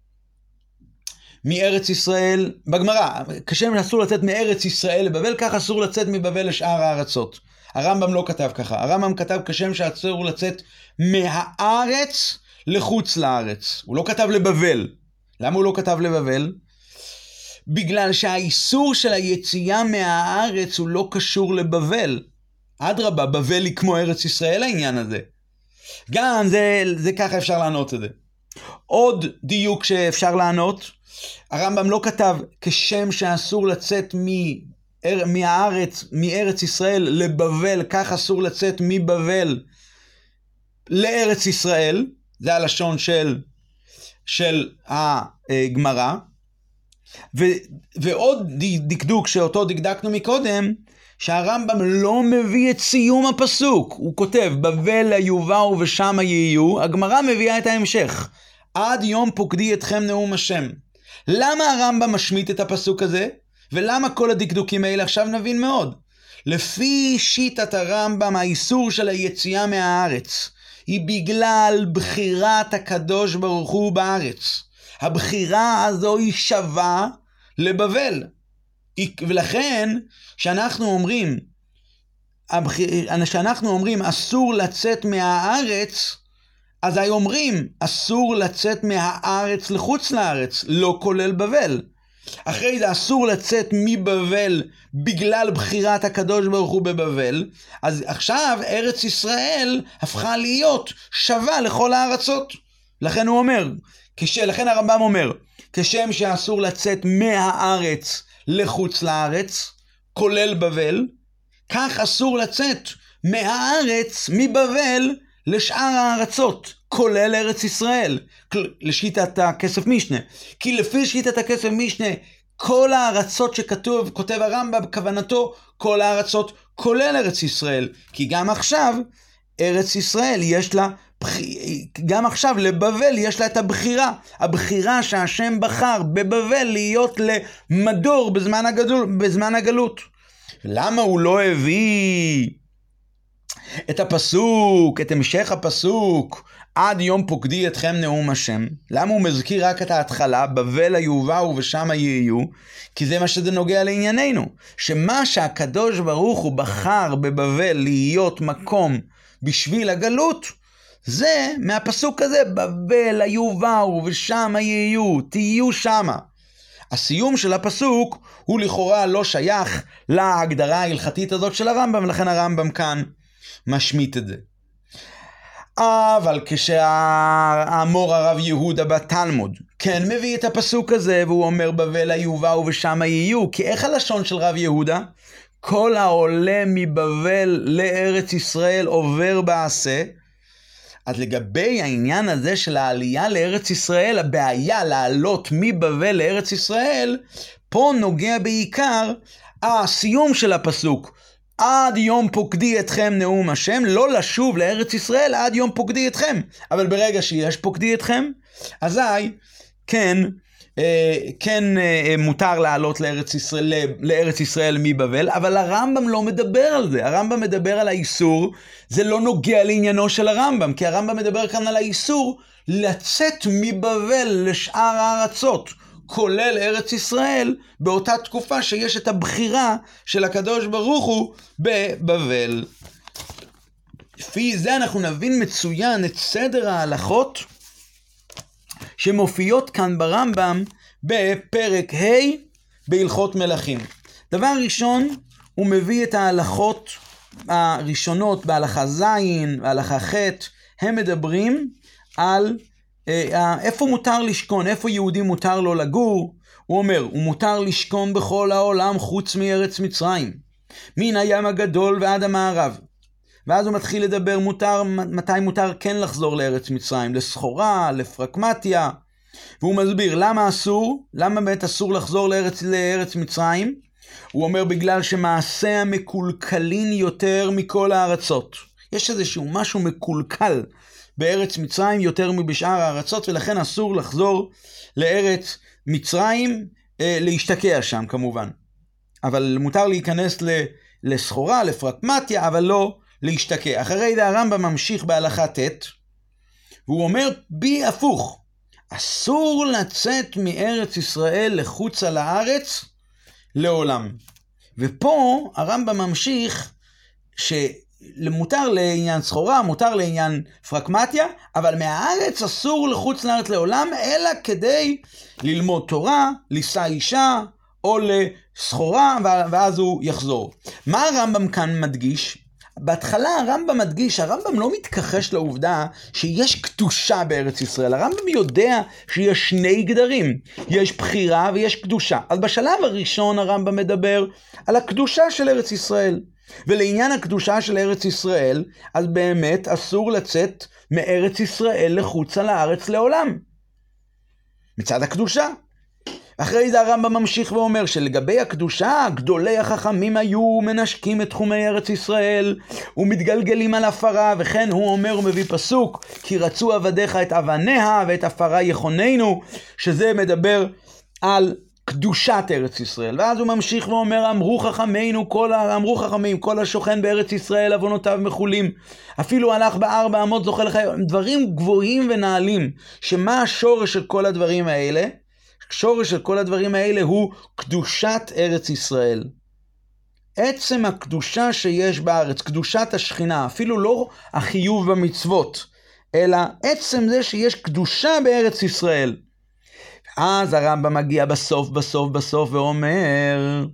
מארץ ישראל, בגמרא, כשם שאסור לצאת מארץ ישראל לבבל, כך אסור לצאת מבבל לשאר הארצות. הרמב"ם לא כתב ככה, הרמב"ם כתב כשם שאסור לצאת מהארץ לחוץ לארץ. הוא לא כתב לבבל. למה הוא לא כתב לבבל? בגלל שהאיסור של היציאה מהארץ הוא לא קשור לבבל. אדרבה, בבל היא כמו ארץ ישראל העניין הזה. גם זה, זה ככה אפשר לענות את זה. עוד דיוק שאפשר לענות, הרמב"ם לא כתב כשם שאסור לצאת מאר, מהארץ, מארץ ישראל לבבל, כך אסור לצאת מבבל לארץ ישראל, זה הלשון של, של הגמרא, ו, ועוד דקדוק שאותו דקדקנו מקודם, שהרמב"ם לא מביא את סיום הפסוק, הוא כותב בבל יובאו ושם יהיו, הגמרא מביאה את ההמשך, עד יום פוקדי אתכם נאום השם. למה הרמב"ם משמיט את הפסוק הזה? ולמה כל הדקדוקים האלה? עכשיו נבין מאוד. לפי שיטת הרמב"ם, האיסור של היציאה מהארץ היא בגלל בחירת הקדוש ברוך הוא בארץ. הבחירה הזו היא שווה לבבל. ולכן, כשאנחנו אומרים, כשאנחנו אומרים אסור לצאת מהארץ, אז היו אומרים אסור לצאת מהארץ לחוץ לארץ, לא כולל בבל. אחרי זה אסור לצאת מבבל בגלל בחירת הקדוש ברוך הוא בבבל, אז עכשיו ארץ ישראל הפכה להיות שווה לכל הארצות. לכן הוא אומר, כש, לכן הרמב"ם אומר, כשם שאסור לצאת מהארץ לחוץ לארץ, כולל בבל, כך אסור לצאת מהארץ, מבבל, לשאר הארצות, כולל ארץ ישראל, לשיטת הכסף משנה. כי לפי שיטת הכסף משנה, כל הארצות שכתוב, כותב הרמב"ם בכוונתו, כל הארצות, כולל ארץ ישראל. כי גם עכשיו, ארץ ישראל יש לה, גם עכשיו לבבל יש לה את הבחירה. הבחירה שהשם בחר בבבל להיות למדור בזמן הגלות. בזמן הגלות. למה הוא לא הביא את הפסוק, את המשך הפסוק, עד יום פוקדי אתכם נאום השם? למה הוא מזכיר רק את ההתחלה, בבל יובאו ושם יהיו? כי זה מה שזה נוגע לענייננו, שמה שהקדוש ברוך הוא בחר בבבל להיות מקום בשביל הגלות, זה מהפסוק הזה, בבל יובאו ושם יהיו, תהיו שמה. הסיום של הפסוק הוא לכאורה לא שייך להגדרה ההלכתית הזאת של הרמב"ם, ולכן הרמב"ם כאן משמיט את זה. אבל כשהאמור הרב יהודה בתלמוד כן מביא את הפסוק הזה, והוא אומר בבל יובאו ושם יהיו, כי איך הלשון של רב יהודה? כל העולה מבבל לארץ ישראל עובר בעשה. אז לגבי העניין הזה של העלייה לארץ ישראל, הבעיה לעלות מבבל לארץ ישראל, פה נוגע בעיקר הסיום של הפסוק, עד יום פוקדי אתכם נאום השם, לא לשוב לארץ ישראל עד יום פוקדי אתכם. אבל ברגע שיש פוקדי אתכם, אזי כן, כן מותר לעלות לארץ ישראל, לארץ ישראל מבבל, אבל הרמב"ם לא מדבר על זה. הרמב"ם מדבר על האיסור, זה לא נוגע לעניינו של הרמב"ם, כי הרמב"ם מדבר כאן על האיסור לצאת מבבל לשאר הארצות, כולל ארץ ישראל, באותה תקופה שיש את הבחירה של הקדוש ברוך הוא בבבל. לפי זה אנחנו נבין מצוין את סדר ההלכות שמופיעות כאן ברמב"ם בפרק ה' בהלכות מלכים. דבר ראשון, הוא מביא את ההלכות הראשונות בהלכה ז', בהלכה ח', הם מדברים על איפה מותר לשכון, איפה יהודי מותר לו לגור. הוא אומר, הוא מותר לשכון בכל העולם חוץ מארץ מצרים, מן הים הגדול ועד המערב. ואז הוא מתחיל לדבר מותר, מתי מותר כן לחזור לארץ מצרים, לסחורה, לפרקמטיה. והוא מסביר למה אסור, למה באמת אסור לחזור לארץ, לארץ מצרים. הוא אומר בגלל שמעשה המקולקלין יותר מכל הארצות. יש איזשהו משהו מקולקל בארץ מצרים יותר מבשאר הארצות, ולכן אסור לחזור לארץ מצרים, אה, להשתקע שם כמובן. אבל מותר להיכנס לסחורה, לפרקמטיה, אבל לא להשתקע. אחרי זה הרמב"ם ממשיך בהלכה ט', והוא אומר בי הפוך, אסור לצאת מארץ ישראל לחוצה לארץ לעולם. ופה הרמב"ם ממשיך שמותר לעניין סחורה, מותר לעניין פרקמטיה, אבל מהארץ אסור לחוץ לארץ לעולם, אלא כדי ללמוד תורה, לישא אישה, או לסחורה, ואז הוא יחזור. מה הרמב"ם כאן מדגיש? בהתחלה הרמב"ם מדגיש, הרמב"ם לא מתכחש לעובדה שיש קדושה בארץ ישראל. הרמב"ם יודע שיש שני גדרים, יש בחירה ויש קדושה. אז בשלב הראשון הרמב"ם מדבר על הקדושה של ארץ ישראל. ולעניין הקדושה של ארץ ישראל, אז באמת אסור לצאת מארץ ישראל לחוצה לארץ לעולם. מצד הקדושה. אחרי זה הרמב"ם ממשיך ואומר שלגבי הקדושה, גדולי החכמים היו מנשקים את תחומי ארץ ישראל ומתגלגלים על הפרה, וכן הוא אומר ומביא פסוק, כי רצו עבדיך את אבניה ואת הפרה יכוננו, שזה מדבר על קדושת ארץ ישראל. ואז הוא ממשיך ואומר, אמרו חכמינו, כל, אמרו חכמים, כל השוכן בארץ ישראל עוונותיו מחולים, אפילו הלך בארבע אמות זוכה לחיים. דברים גבוהים ונעלים, שמה השורש של כל הדברים האלה? השורש של כל הדברים האלה הוא קדושת ארץ ישראל. עצם הקדושה שיש בארץ, קדושת השכינה, אפילו לא החיוב במצוות, אלא עצם זה שיש קדושה בארץ ישראל. אז הרמב"ם מגיע בסוף, בסוף, בסוף ואומר,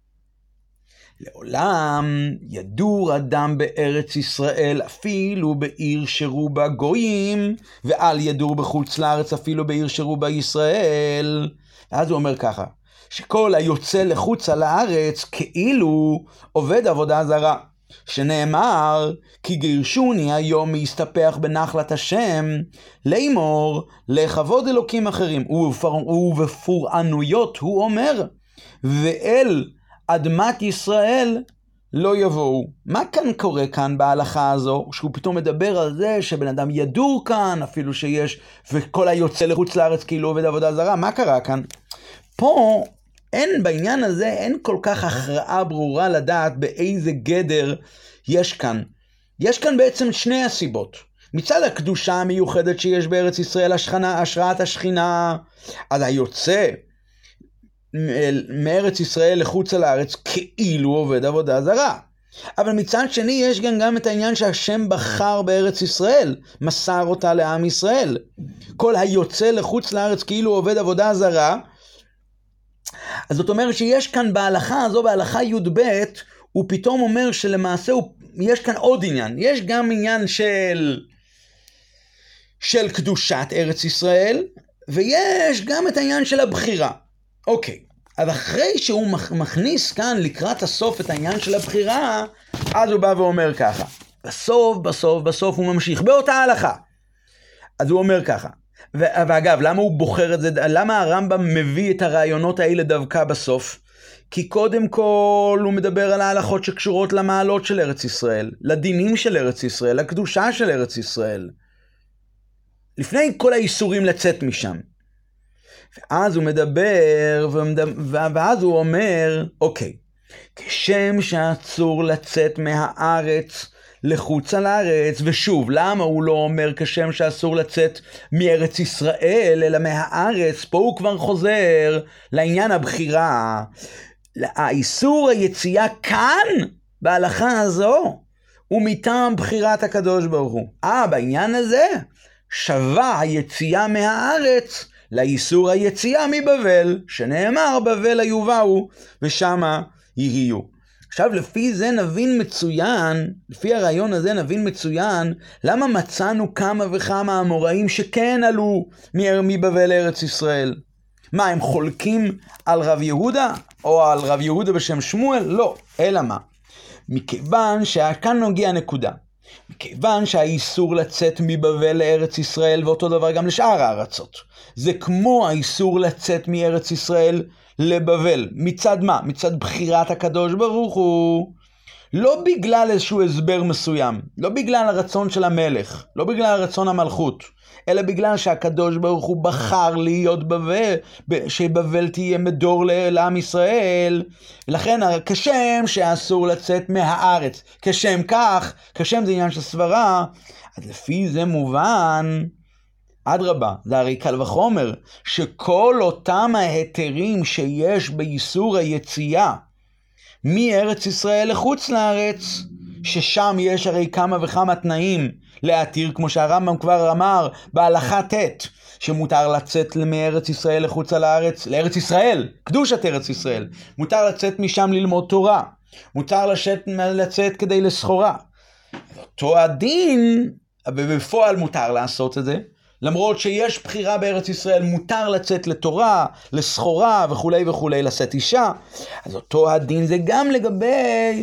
לעולם ידור אדם בארץ ישראל אפילו בעיר שרובה גויים, ואל ידור בחוץ לארץ אפילו בעיר שרובה ישראל. אז הוא אומר ככה, שכל היוצא לחוץ על הארץ כאילו עובד עבודה זרה, שנאמר, כי גירשוני היום להסתפח בנחלת השם, לאמור, לכבוד אלוקים אחרים. ובפורענויות הוא אומר, ואל אדמת ישראל לא יבואו. מה כאן קורה כאן בהלכה הזו? שהוא פתאום מדבר על זה שבן אדם ידור כאן, אפילו שיש, וכל היוצא לחוץ לארץ כאילו עובד עבודה זרה. מה קרה כאן? פה אין, בעניין הזה אין כל כך הכרעה ברורה לדעת באיזה גדר יש כאן. יש כאן בעצם שני הסיבות. מצד הקדושה המיוחדת שיש בארץ ישראל, השכנה, השראת השכינה, אז היוצא מארץ ישראל לחוץ על הארץ כאילו עובד עבודה זרה. אבל מצד שני יש גם, גם את העניין שהשם בחר בארץ ישראל, מסר אותה לעם ישראל. כל היוצא לחוץ לארץ כאילו עובד עבודה זרה. אז זאת אומרת שיש כאן בהלכה הזו, בהלכה י' ב', הוא פתאום אומר שלמעשה הוא, יש כאן עוד עניין. יש גם עניין של, של קדושת ארץ ישראל, ויש גם את העניין של הבחירה. אוקיי, אז אחרי שהוא מכניס כאן לקראת הסוף את העניין של הבחירה, אז הוא בא ואומר ככה. בסוף, בסוף, בסוף הוא ממשיך באותה הלכה. אז הוא אומר ככה. ואגב, למה הוא בוחר את זה? למה הרמב"ם מביא את הרעיונות האלה דווקא בסוף? כי קודם כל הוא מדבר על ההלכות שקשורות למעלות של ארץ ישראל, לדינים של ארץ ישראל, לקדושה של ארץ ישראל. לפני כל האיסורים לצאת משם. ואז הוא מדבר, ואז הוא אומר, אוקיי, כשם שאסור לצאת מהארץ לחוץ על הארץ, ושוב, למה הוא לא אומר כשם שאסור לצאת מארץ ישראל, אלא מהארץ? פה הוא כבר חוזר לעניין הבחירה. האיסור היציאה כאן, בהלכה הזו, הוא מטעם בחירת הקדוש ברוך הוא. אה, בעניין הזה, שווה היציאה מהארץ לאיסור היציאה מבבל, שנאמר בבל היובאו, ושמה יהיו. עכשיו לפי זה נבין מצוין, לפי הרעיון הזה נבין מצוין, למה מצאנו כמה וכמה אמוראים שכן עלו מבבל לארץ ישראל. מה, הם חולקים על רב יהודה? או על רב יהודה בשם שמואל? לא, אלא מה? מכיוון שכאן נוגע נקודה. מכיוון שהאיסור לצאת מבבל לארץ ישראל, ואותו דבר גם לשאר הארצות, זה כמו האיסור לצאת מארץ ישראל לבבל. מצד מה? מצד בחירת הקדוש ברוך הוא. לא בגלל איזשהו הסבר מסוים, לא בגלל הרצון של המלך, לא בגלל הרצון המלכות, אלא בגלל שהקדוש ברוך הוא בחר להיות בבל, שבבל תהיה מדור לעם ישראל, ולכן כשם שאסור לצאת מהארץ, כשם כך, כשם זה עניין של סברה, אז לפי זה מובן, עד רבה, זה הרי קל וחומר, שכל אותם ההיתרים שיש באיסור היציאה, מארץ ישראל לחוץ לארץ, ששם יש הרי כמה וכמה תנאים להתיר, כמו שהרמב"ם כבר אמר בהלכה ט', שמותר לצאת מארץ ישראל לחוץ לארץ, לארץ ישראל, קדושת ארץ ישראל, מותר לצאת משם ללמוד תורה, מותר לצאת, לצאת כדי לסחורה, אותו הדין, ובפועל מותר לעשות את זה, למרות שיש בחירה בארץ ישראל, מותר לצאת לתורה, לסחורה וכו' וכו', לשאת אישה. אז אותו הדין זה גם לגבי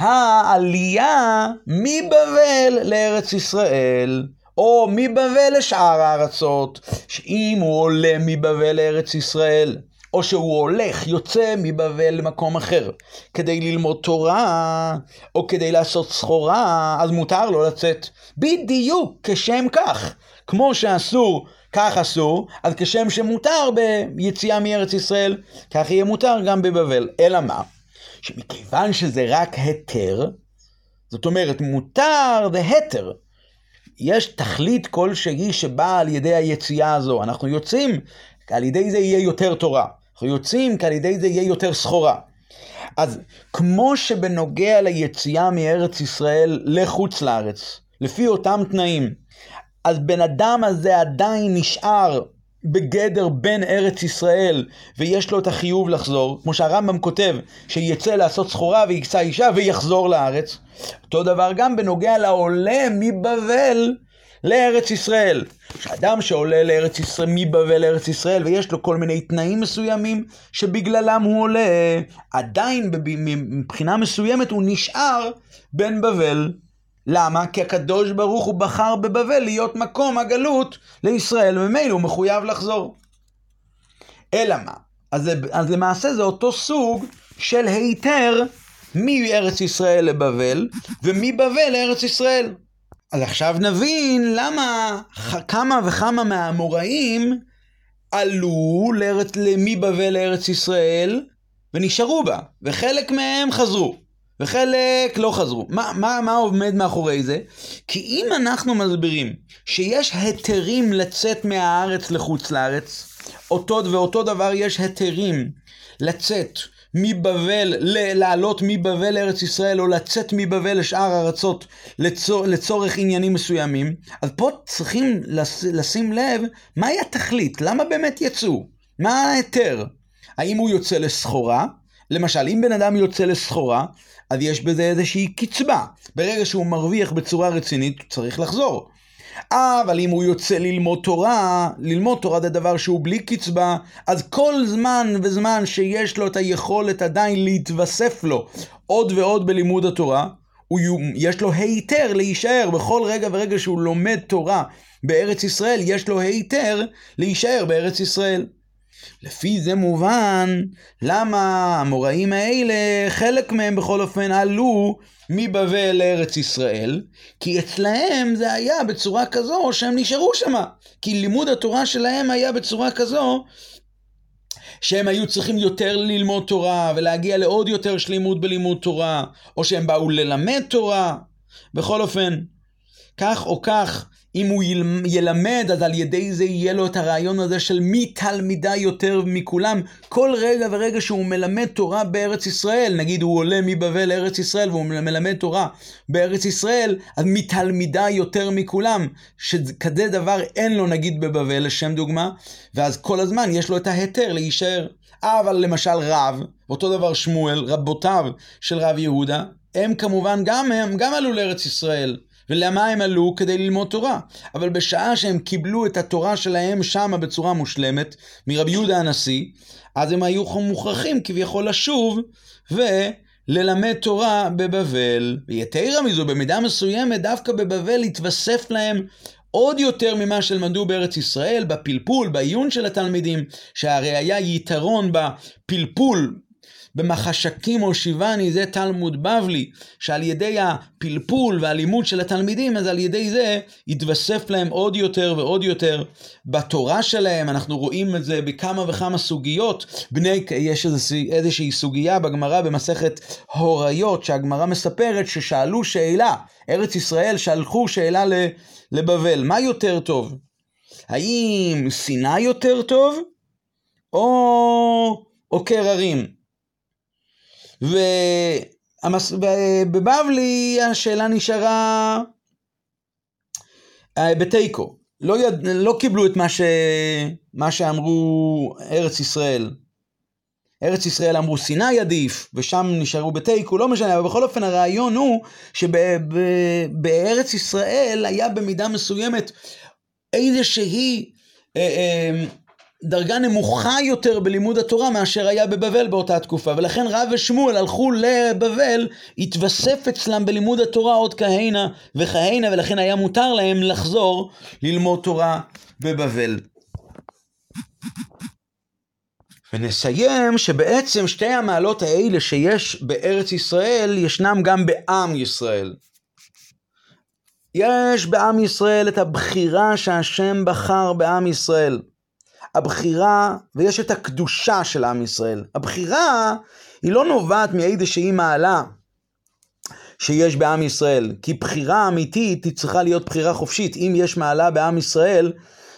העלייה מבבל לארץ ישראל, או מבבל לשאר הארצות, שאם הוא עולה מבבל לארץ ישראל, או שהוא הולך, יוצא מבבל למקום אחר, כדי ללמוד תורה, או כדי לעשות סחורה, אז מותר לו לצאת. בדיוק כשם כך, כמו שאסור, כך אסור, אז כשם שמותר ביציאה מארץ ישראל, כך יהיה מותר גם בבבל. אלא מה? שמכיוון שזה רק היתר, זאת אומרת, מותר והיתר, יש תכלית כלשהי שבאה על ידי היציאה הזו. אנחנו יוצאים, על ידי זה יהיה יותר תורה. אנחנו יוצאים, כי על ידי זה יהיה יותר סחורה. אז כמו שבנוגע ליציאה מארץ ישראל לחוץ לארץ, לפי אותם תנאים, אז בן אדם הזה עדיין נשאר בגדר בין ארץ ישראל, ויש לו את החיוב לחזור, כמו שהרמב"ם כותב, שיצא לעשות סחורה ויקצה אישה ויחזור לארץ. אותו דבר גם בנוגע לעולה מבבל לארץ ישראל. שאדם שעולה לארץ ישראל, מבבל לארץ ישראל, ויש לו כל מיני תנאים מסוימים שבגללם הוא עולה, עדיין מבחינה מסוימת הוא נשאר בין בבל. למה? כי הקדוש ברוך הוא בחר בבבל להיות מקום הגלות לישראל, וממילא הוא מחויב לחזור. אלא מה? אז, אז למעשה זה אותו סוג של היתר מארץ ישראל לבבל, ומבבל לארץ ישראל. אז עכשיו נבין למה כמה וכמה מהאמוראים עלו לארץ, מבבל לארץ ישראל ונשארו בה, וחלק מהם חזרו. וחלק לא חזרו. מה, מה, מה עומד מאחורי זה? כי אם אנחנו מסבירים שיש היתרים לצאת מהארץ לחוץ לארץ, אותו ואותו דבר יש היתרים לצאת מבבל, לעלות מבבל לארץ ישראל, או לצאת מבבל לשאר הארצות לצור, לצורך עניינים מסוימים, אז פה צריכים לשים לב מהי התכלית, למה באמת יצאו, מה ההיתר? האם הוא יוצא לסחורה? למשל, אם בן אדם יוצא לסחורה, אז יש בזה איזושהי קצבה. ברגע שהוא מרוויח בצורה רצינית, הוא צריך לחזור. אבל אם הוא יוצא ללמוד תורה, ללמוד תורה זה דבר שהוא בלי קצבה, אז כל זמן וזמן שיש לו את היכולת עדיין להתווסף לו עוד ועוד בלימוד התורה, הוא, יש לו היתר להישאר בכל רגע ורגע שהוא לומד תורה בארץ ישראל, יש לו היתר להישאר בארץ ישראל. לפי זה מובן למה המוראים האלה, חלק מהם בכל אופן עלו מבבל לארץ ישראל, כי אצלהם זה היה בצורה כזו שהם נשארו שם, כי לימוד התורה שלהם היה בצורה כזו שהם היו צריכים יותר ללמוד תורה ולהגיע לעוד יותר שלימות בלימוד תורה, או שהם באו ללמד תורה. בכל אופן, כך או כך, אם הוא ילמד, אז על ידי זה יהיה לו את הרעיון הזה של מי תלמידה יותר מכולם. כל רגע ורגע שהוא מלמד תורה בארץ ישראל, נגיד הוא עולה מבבל לארץ ישראל והוא מלמד תורה בארץ ישראל, אז מי תלמידה יותר מכולם, שכזה דבר אין לו נגיד בבבל לשם דוגמה, ואז כל הזמן יש לו את ההיתר להישאר. אבל למשל רב, אותו דבר שמואל, רבותיו של רב יהודה, הם כמובן גם הם גם עלו לארץ ישראל. ולמה הם עלו? כדי ללמוד תורה. אבל בשעה שהם קיבלו את התורה שלהם שם בצורה מושלמת, מרבי יהודה הנשיא, אז הם היו מוכרחים כביכול לשוב וללמד תורה בבבל. ויתרה מזו, במידה מסוימת, דווקא בבבל התווסף להם עוד יותר ממה שלמדו בארץ ישראל, בפלפול, בעיון של התלמידים, שהרי היה יתרון בפלפול, במחשקים או שיבני, זה תלמוד בבלי, שעל ידי הפלפול והלימוד של התלמידים, אז על ידי זה יתווסף להם עוד יותר ועוד יותר בתורה שלהם. אנחנו רואים את זה בכמה וכמה סוגיות. בני, יש איזושהי סוגיה בגמרא במסכת הוריות, שהגמרא מספרת ששאלו שאלה, ארץ ישראל שלחו שאלה לבבל, מה יותר טוב? האם סיני יותר טוב? או, או קררים? ובבבלי השאלה נשארה בתיקו. לא, יד... לא קיבלו את מה, ש... מה שאמרו ארץ ישראל. ארץ ישראל אמרו סיני עדיף, ושם נשארו בתיקו, לא משנה, אבל בכל אופן הרעיון הוא שבארץ ישראל היה במידה מסוימת איזושהי אה, אה, דרגה נמוכה יותר בלימוד התורה מאשר היה בבבל באותה תקופה, ולכן רב ושמואל הלכו לבבל, התווסף אצלם בלימוד התורה עוד כהנה וכהנה, ולכן היה מותר להם לחזור ללמוד תורה בבבל. ונסיים שבעצם שתי המעלות האלה שיש בארץ ישראל ישנם גם בעם ישראל. יש בעם ישראל את הבחירה שהשם בחר בעם ישראל. הבחירה, ויש את הקדושה של עם ישראל. הבחירה היא לא נובעת מאיזושהי מעלה שיש בעם ישראל, כי בחירה אמיתית היא צריכה להיות בחירה חופשית. אם יש מעלה בעם ישראל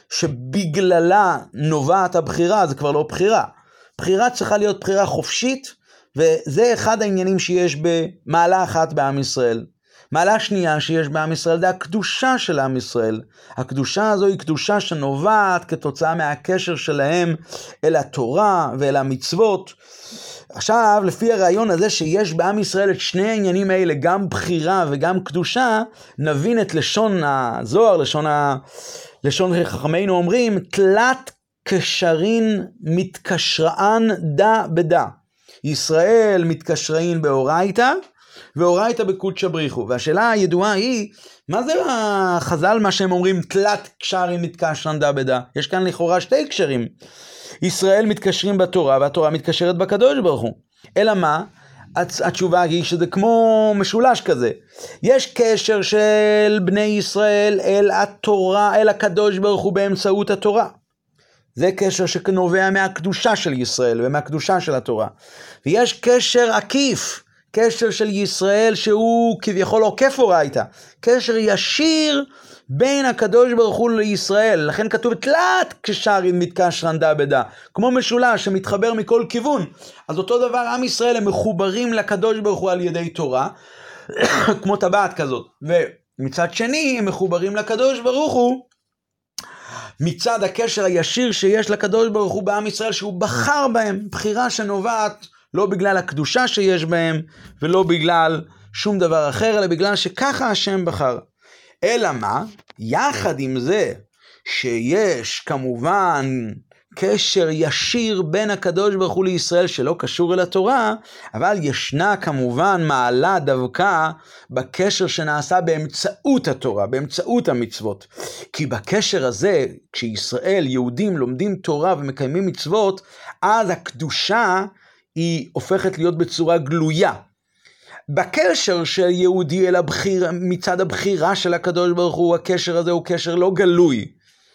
שבגללה נובעת הבחירה, זה כבר לא בחירה. בחירה צריכה להיות בחירה חופשית, וזה אחד העניינים שיש במעלה אחת בעם ישראל. מעלה שנייה שיש בעם ישראל זה הקדושה של עם ישראל. הקדושה הזו היא קדושה שנובעת כתוצאה מהקשר שלהם אל התורה ואל המצוות. עכשיו, לפי הרעיון הזה שיש בעם ישראל את שני העניינים האלה, גם בחירה וגם קדושה, נבין את לשון הזוהר, לשון, ה... לשון חכמינו אומרים, תלת קשרין מתקשרן דה בדה. ישראל מתקשרין באורייתא, ואורייתא בקודשא בריחו. והשאלה הידועה היא, מה זה החז"ל מה שהם אומרים, תלת קשרים מתקשרן דה בדה? יש כאן לכאורה שתי קשרים. ישראל מתקשרים בתורה, והתורה מתקשרת בקדוש ברוך הוא. אלא מה? התשובה היא שזה כמו משולש כזה. יש קשר של בני ישראל אל התורה, אל הקדוש ברוך הוא באמצעות התורה. זה קשר שנובע מהקדושה של ישראל ומהקדושה של התורה. ויש קשר עקיף, קשר של ישראל שהוא כביכול עוקף אורייתא, קשר ישיר בין הקדוש ברוך הוא לישראל. לכן כתוב תלת קשרים מתקשרן דה בדה, כמו משולש שמתחבר מכל כיוון. אז אותו דבר עם ישראל הם מחוברים לקדוש ברוך הוא על ידי תורה, כמו טבעת כזאת. ומצד שני הם מחוברים לקדוש ברוך הוא מצד הקשר הישיר שיש לקדוש ברוך הוא בעם ישראל, שהוא בחר בהם, בחירה שנובעת לא בגלל הקדושה שיש בהם, ולא בגלל שום דבר אחר, אלא בגלל שככה השם בחר. אלא מה? יחד עם זה שיש כמובן קשר ישיר בין הקדוש ברוך הוא לישראל שלא קשור אל התורה, אבל ישנה כמובן מעלה דווקא בקשר שנעשה באמצעות התורה, באמצעות המצוות. כי בקשר הזה, כשישראל, יהודים, לומדים תורה ומקיימים מצוות, אז הקדושה היא הופכת להיות בצורה גלויה. בקשר של יהודי אל הבחיר, מצד הבחירה של הקדוש ברוך הוא, הקשר הזה הוא קשר לא גלוי.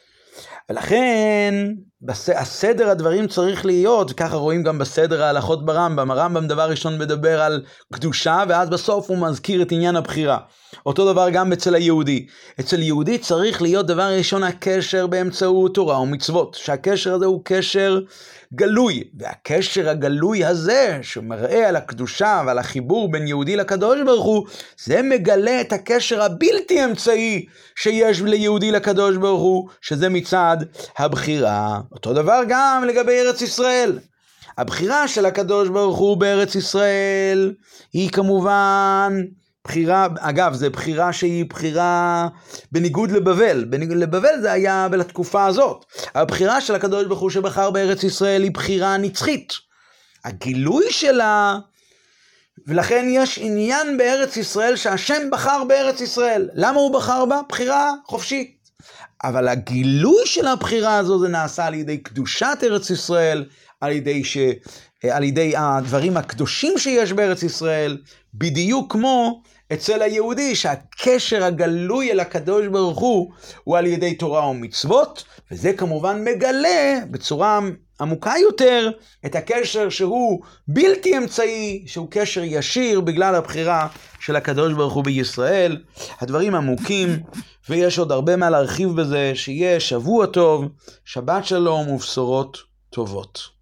ולכן הסדר הדברים צריך להיות, וככה רואים גם בסדר ההלכות ברמב"ם. הרמב"ם דבר ראשון מדבר על קדושה, ואז בסוף הוא מזכיר את עניין הבחירה. אותו דבר גם אצל היהודי. אצל יהודי צריך להיות דבר ראשון הקשר באמצעות תורה ומצוות, שהקשר הזה הוא קשר גלוי, והקשר הגלוי הזה שמראה על הקדושה ועל החיבור בין יהודי לקדוש ברוך הוא, זה מגלה את הקשר הבלתי אמצעי שיש ליהודי לקדוש ברוך הוא, שזה מצד הבחירה. אותו דבר גם לגבי ארץ ישראל. הבחירה של הקדוש ברוך הוא בארץ ישראל היא כמובן בחירה, אגב, זה בחירה שהיא בחירה בניגוד לבבל. בניגוד לבבל זה היה בתקופה הזאת. הבחירה של הקדוש ברוך הוא שבחר בארץ ישראל היא בחירה נצחית. הגילוי שלה, ולכן יש עניין בארץ ישראל שהשם בחר בארץ ישראל. למה הוא בחר בה? בחירה חופשית. אבל הגילוי של הבחירה הזו זה נעשה על ידי קדושת ארץ ישראל, על ידי, ש... על ידי הדברים הקדושים שיש בארץ ישראל, בדיוק כמו אצל היהודי שהקשר הגלוי אל הקדוש ברוך הוא הוא על ידי תורה ומצוות, וזה כמובן מגלה בצורה עמוקה יותר את הקשר שהוא בלתי אמצעי, שהוא קשר ישיר בגלל הבחירה של הקדוש ברוך הוא בישראל. הדברים עמוקים ויש עוד הרבה מה להרחיב בזה. שיהיה שבוע טוב, שבת שלום ובשורות טובות.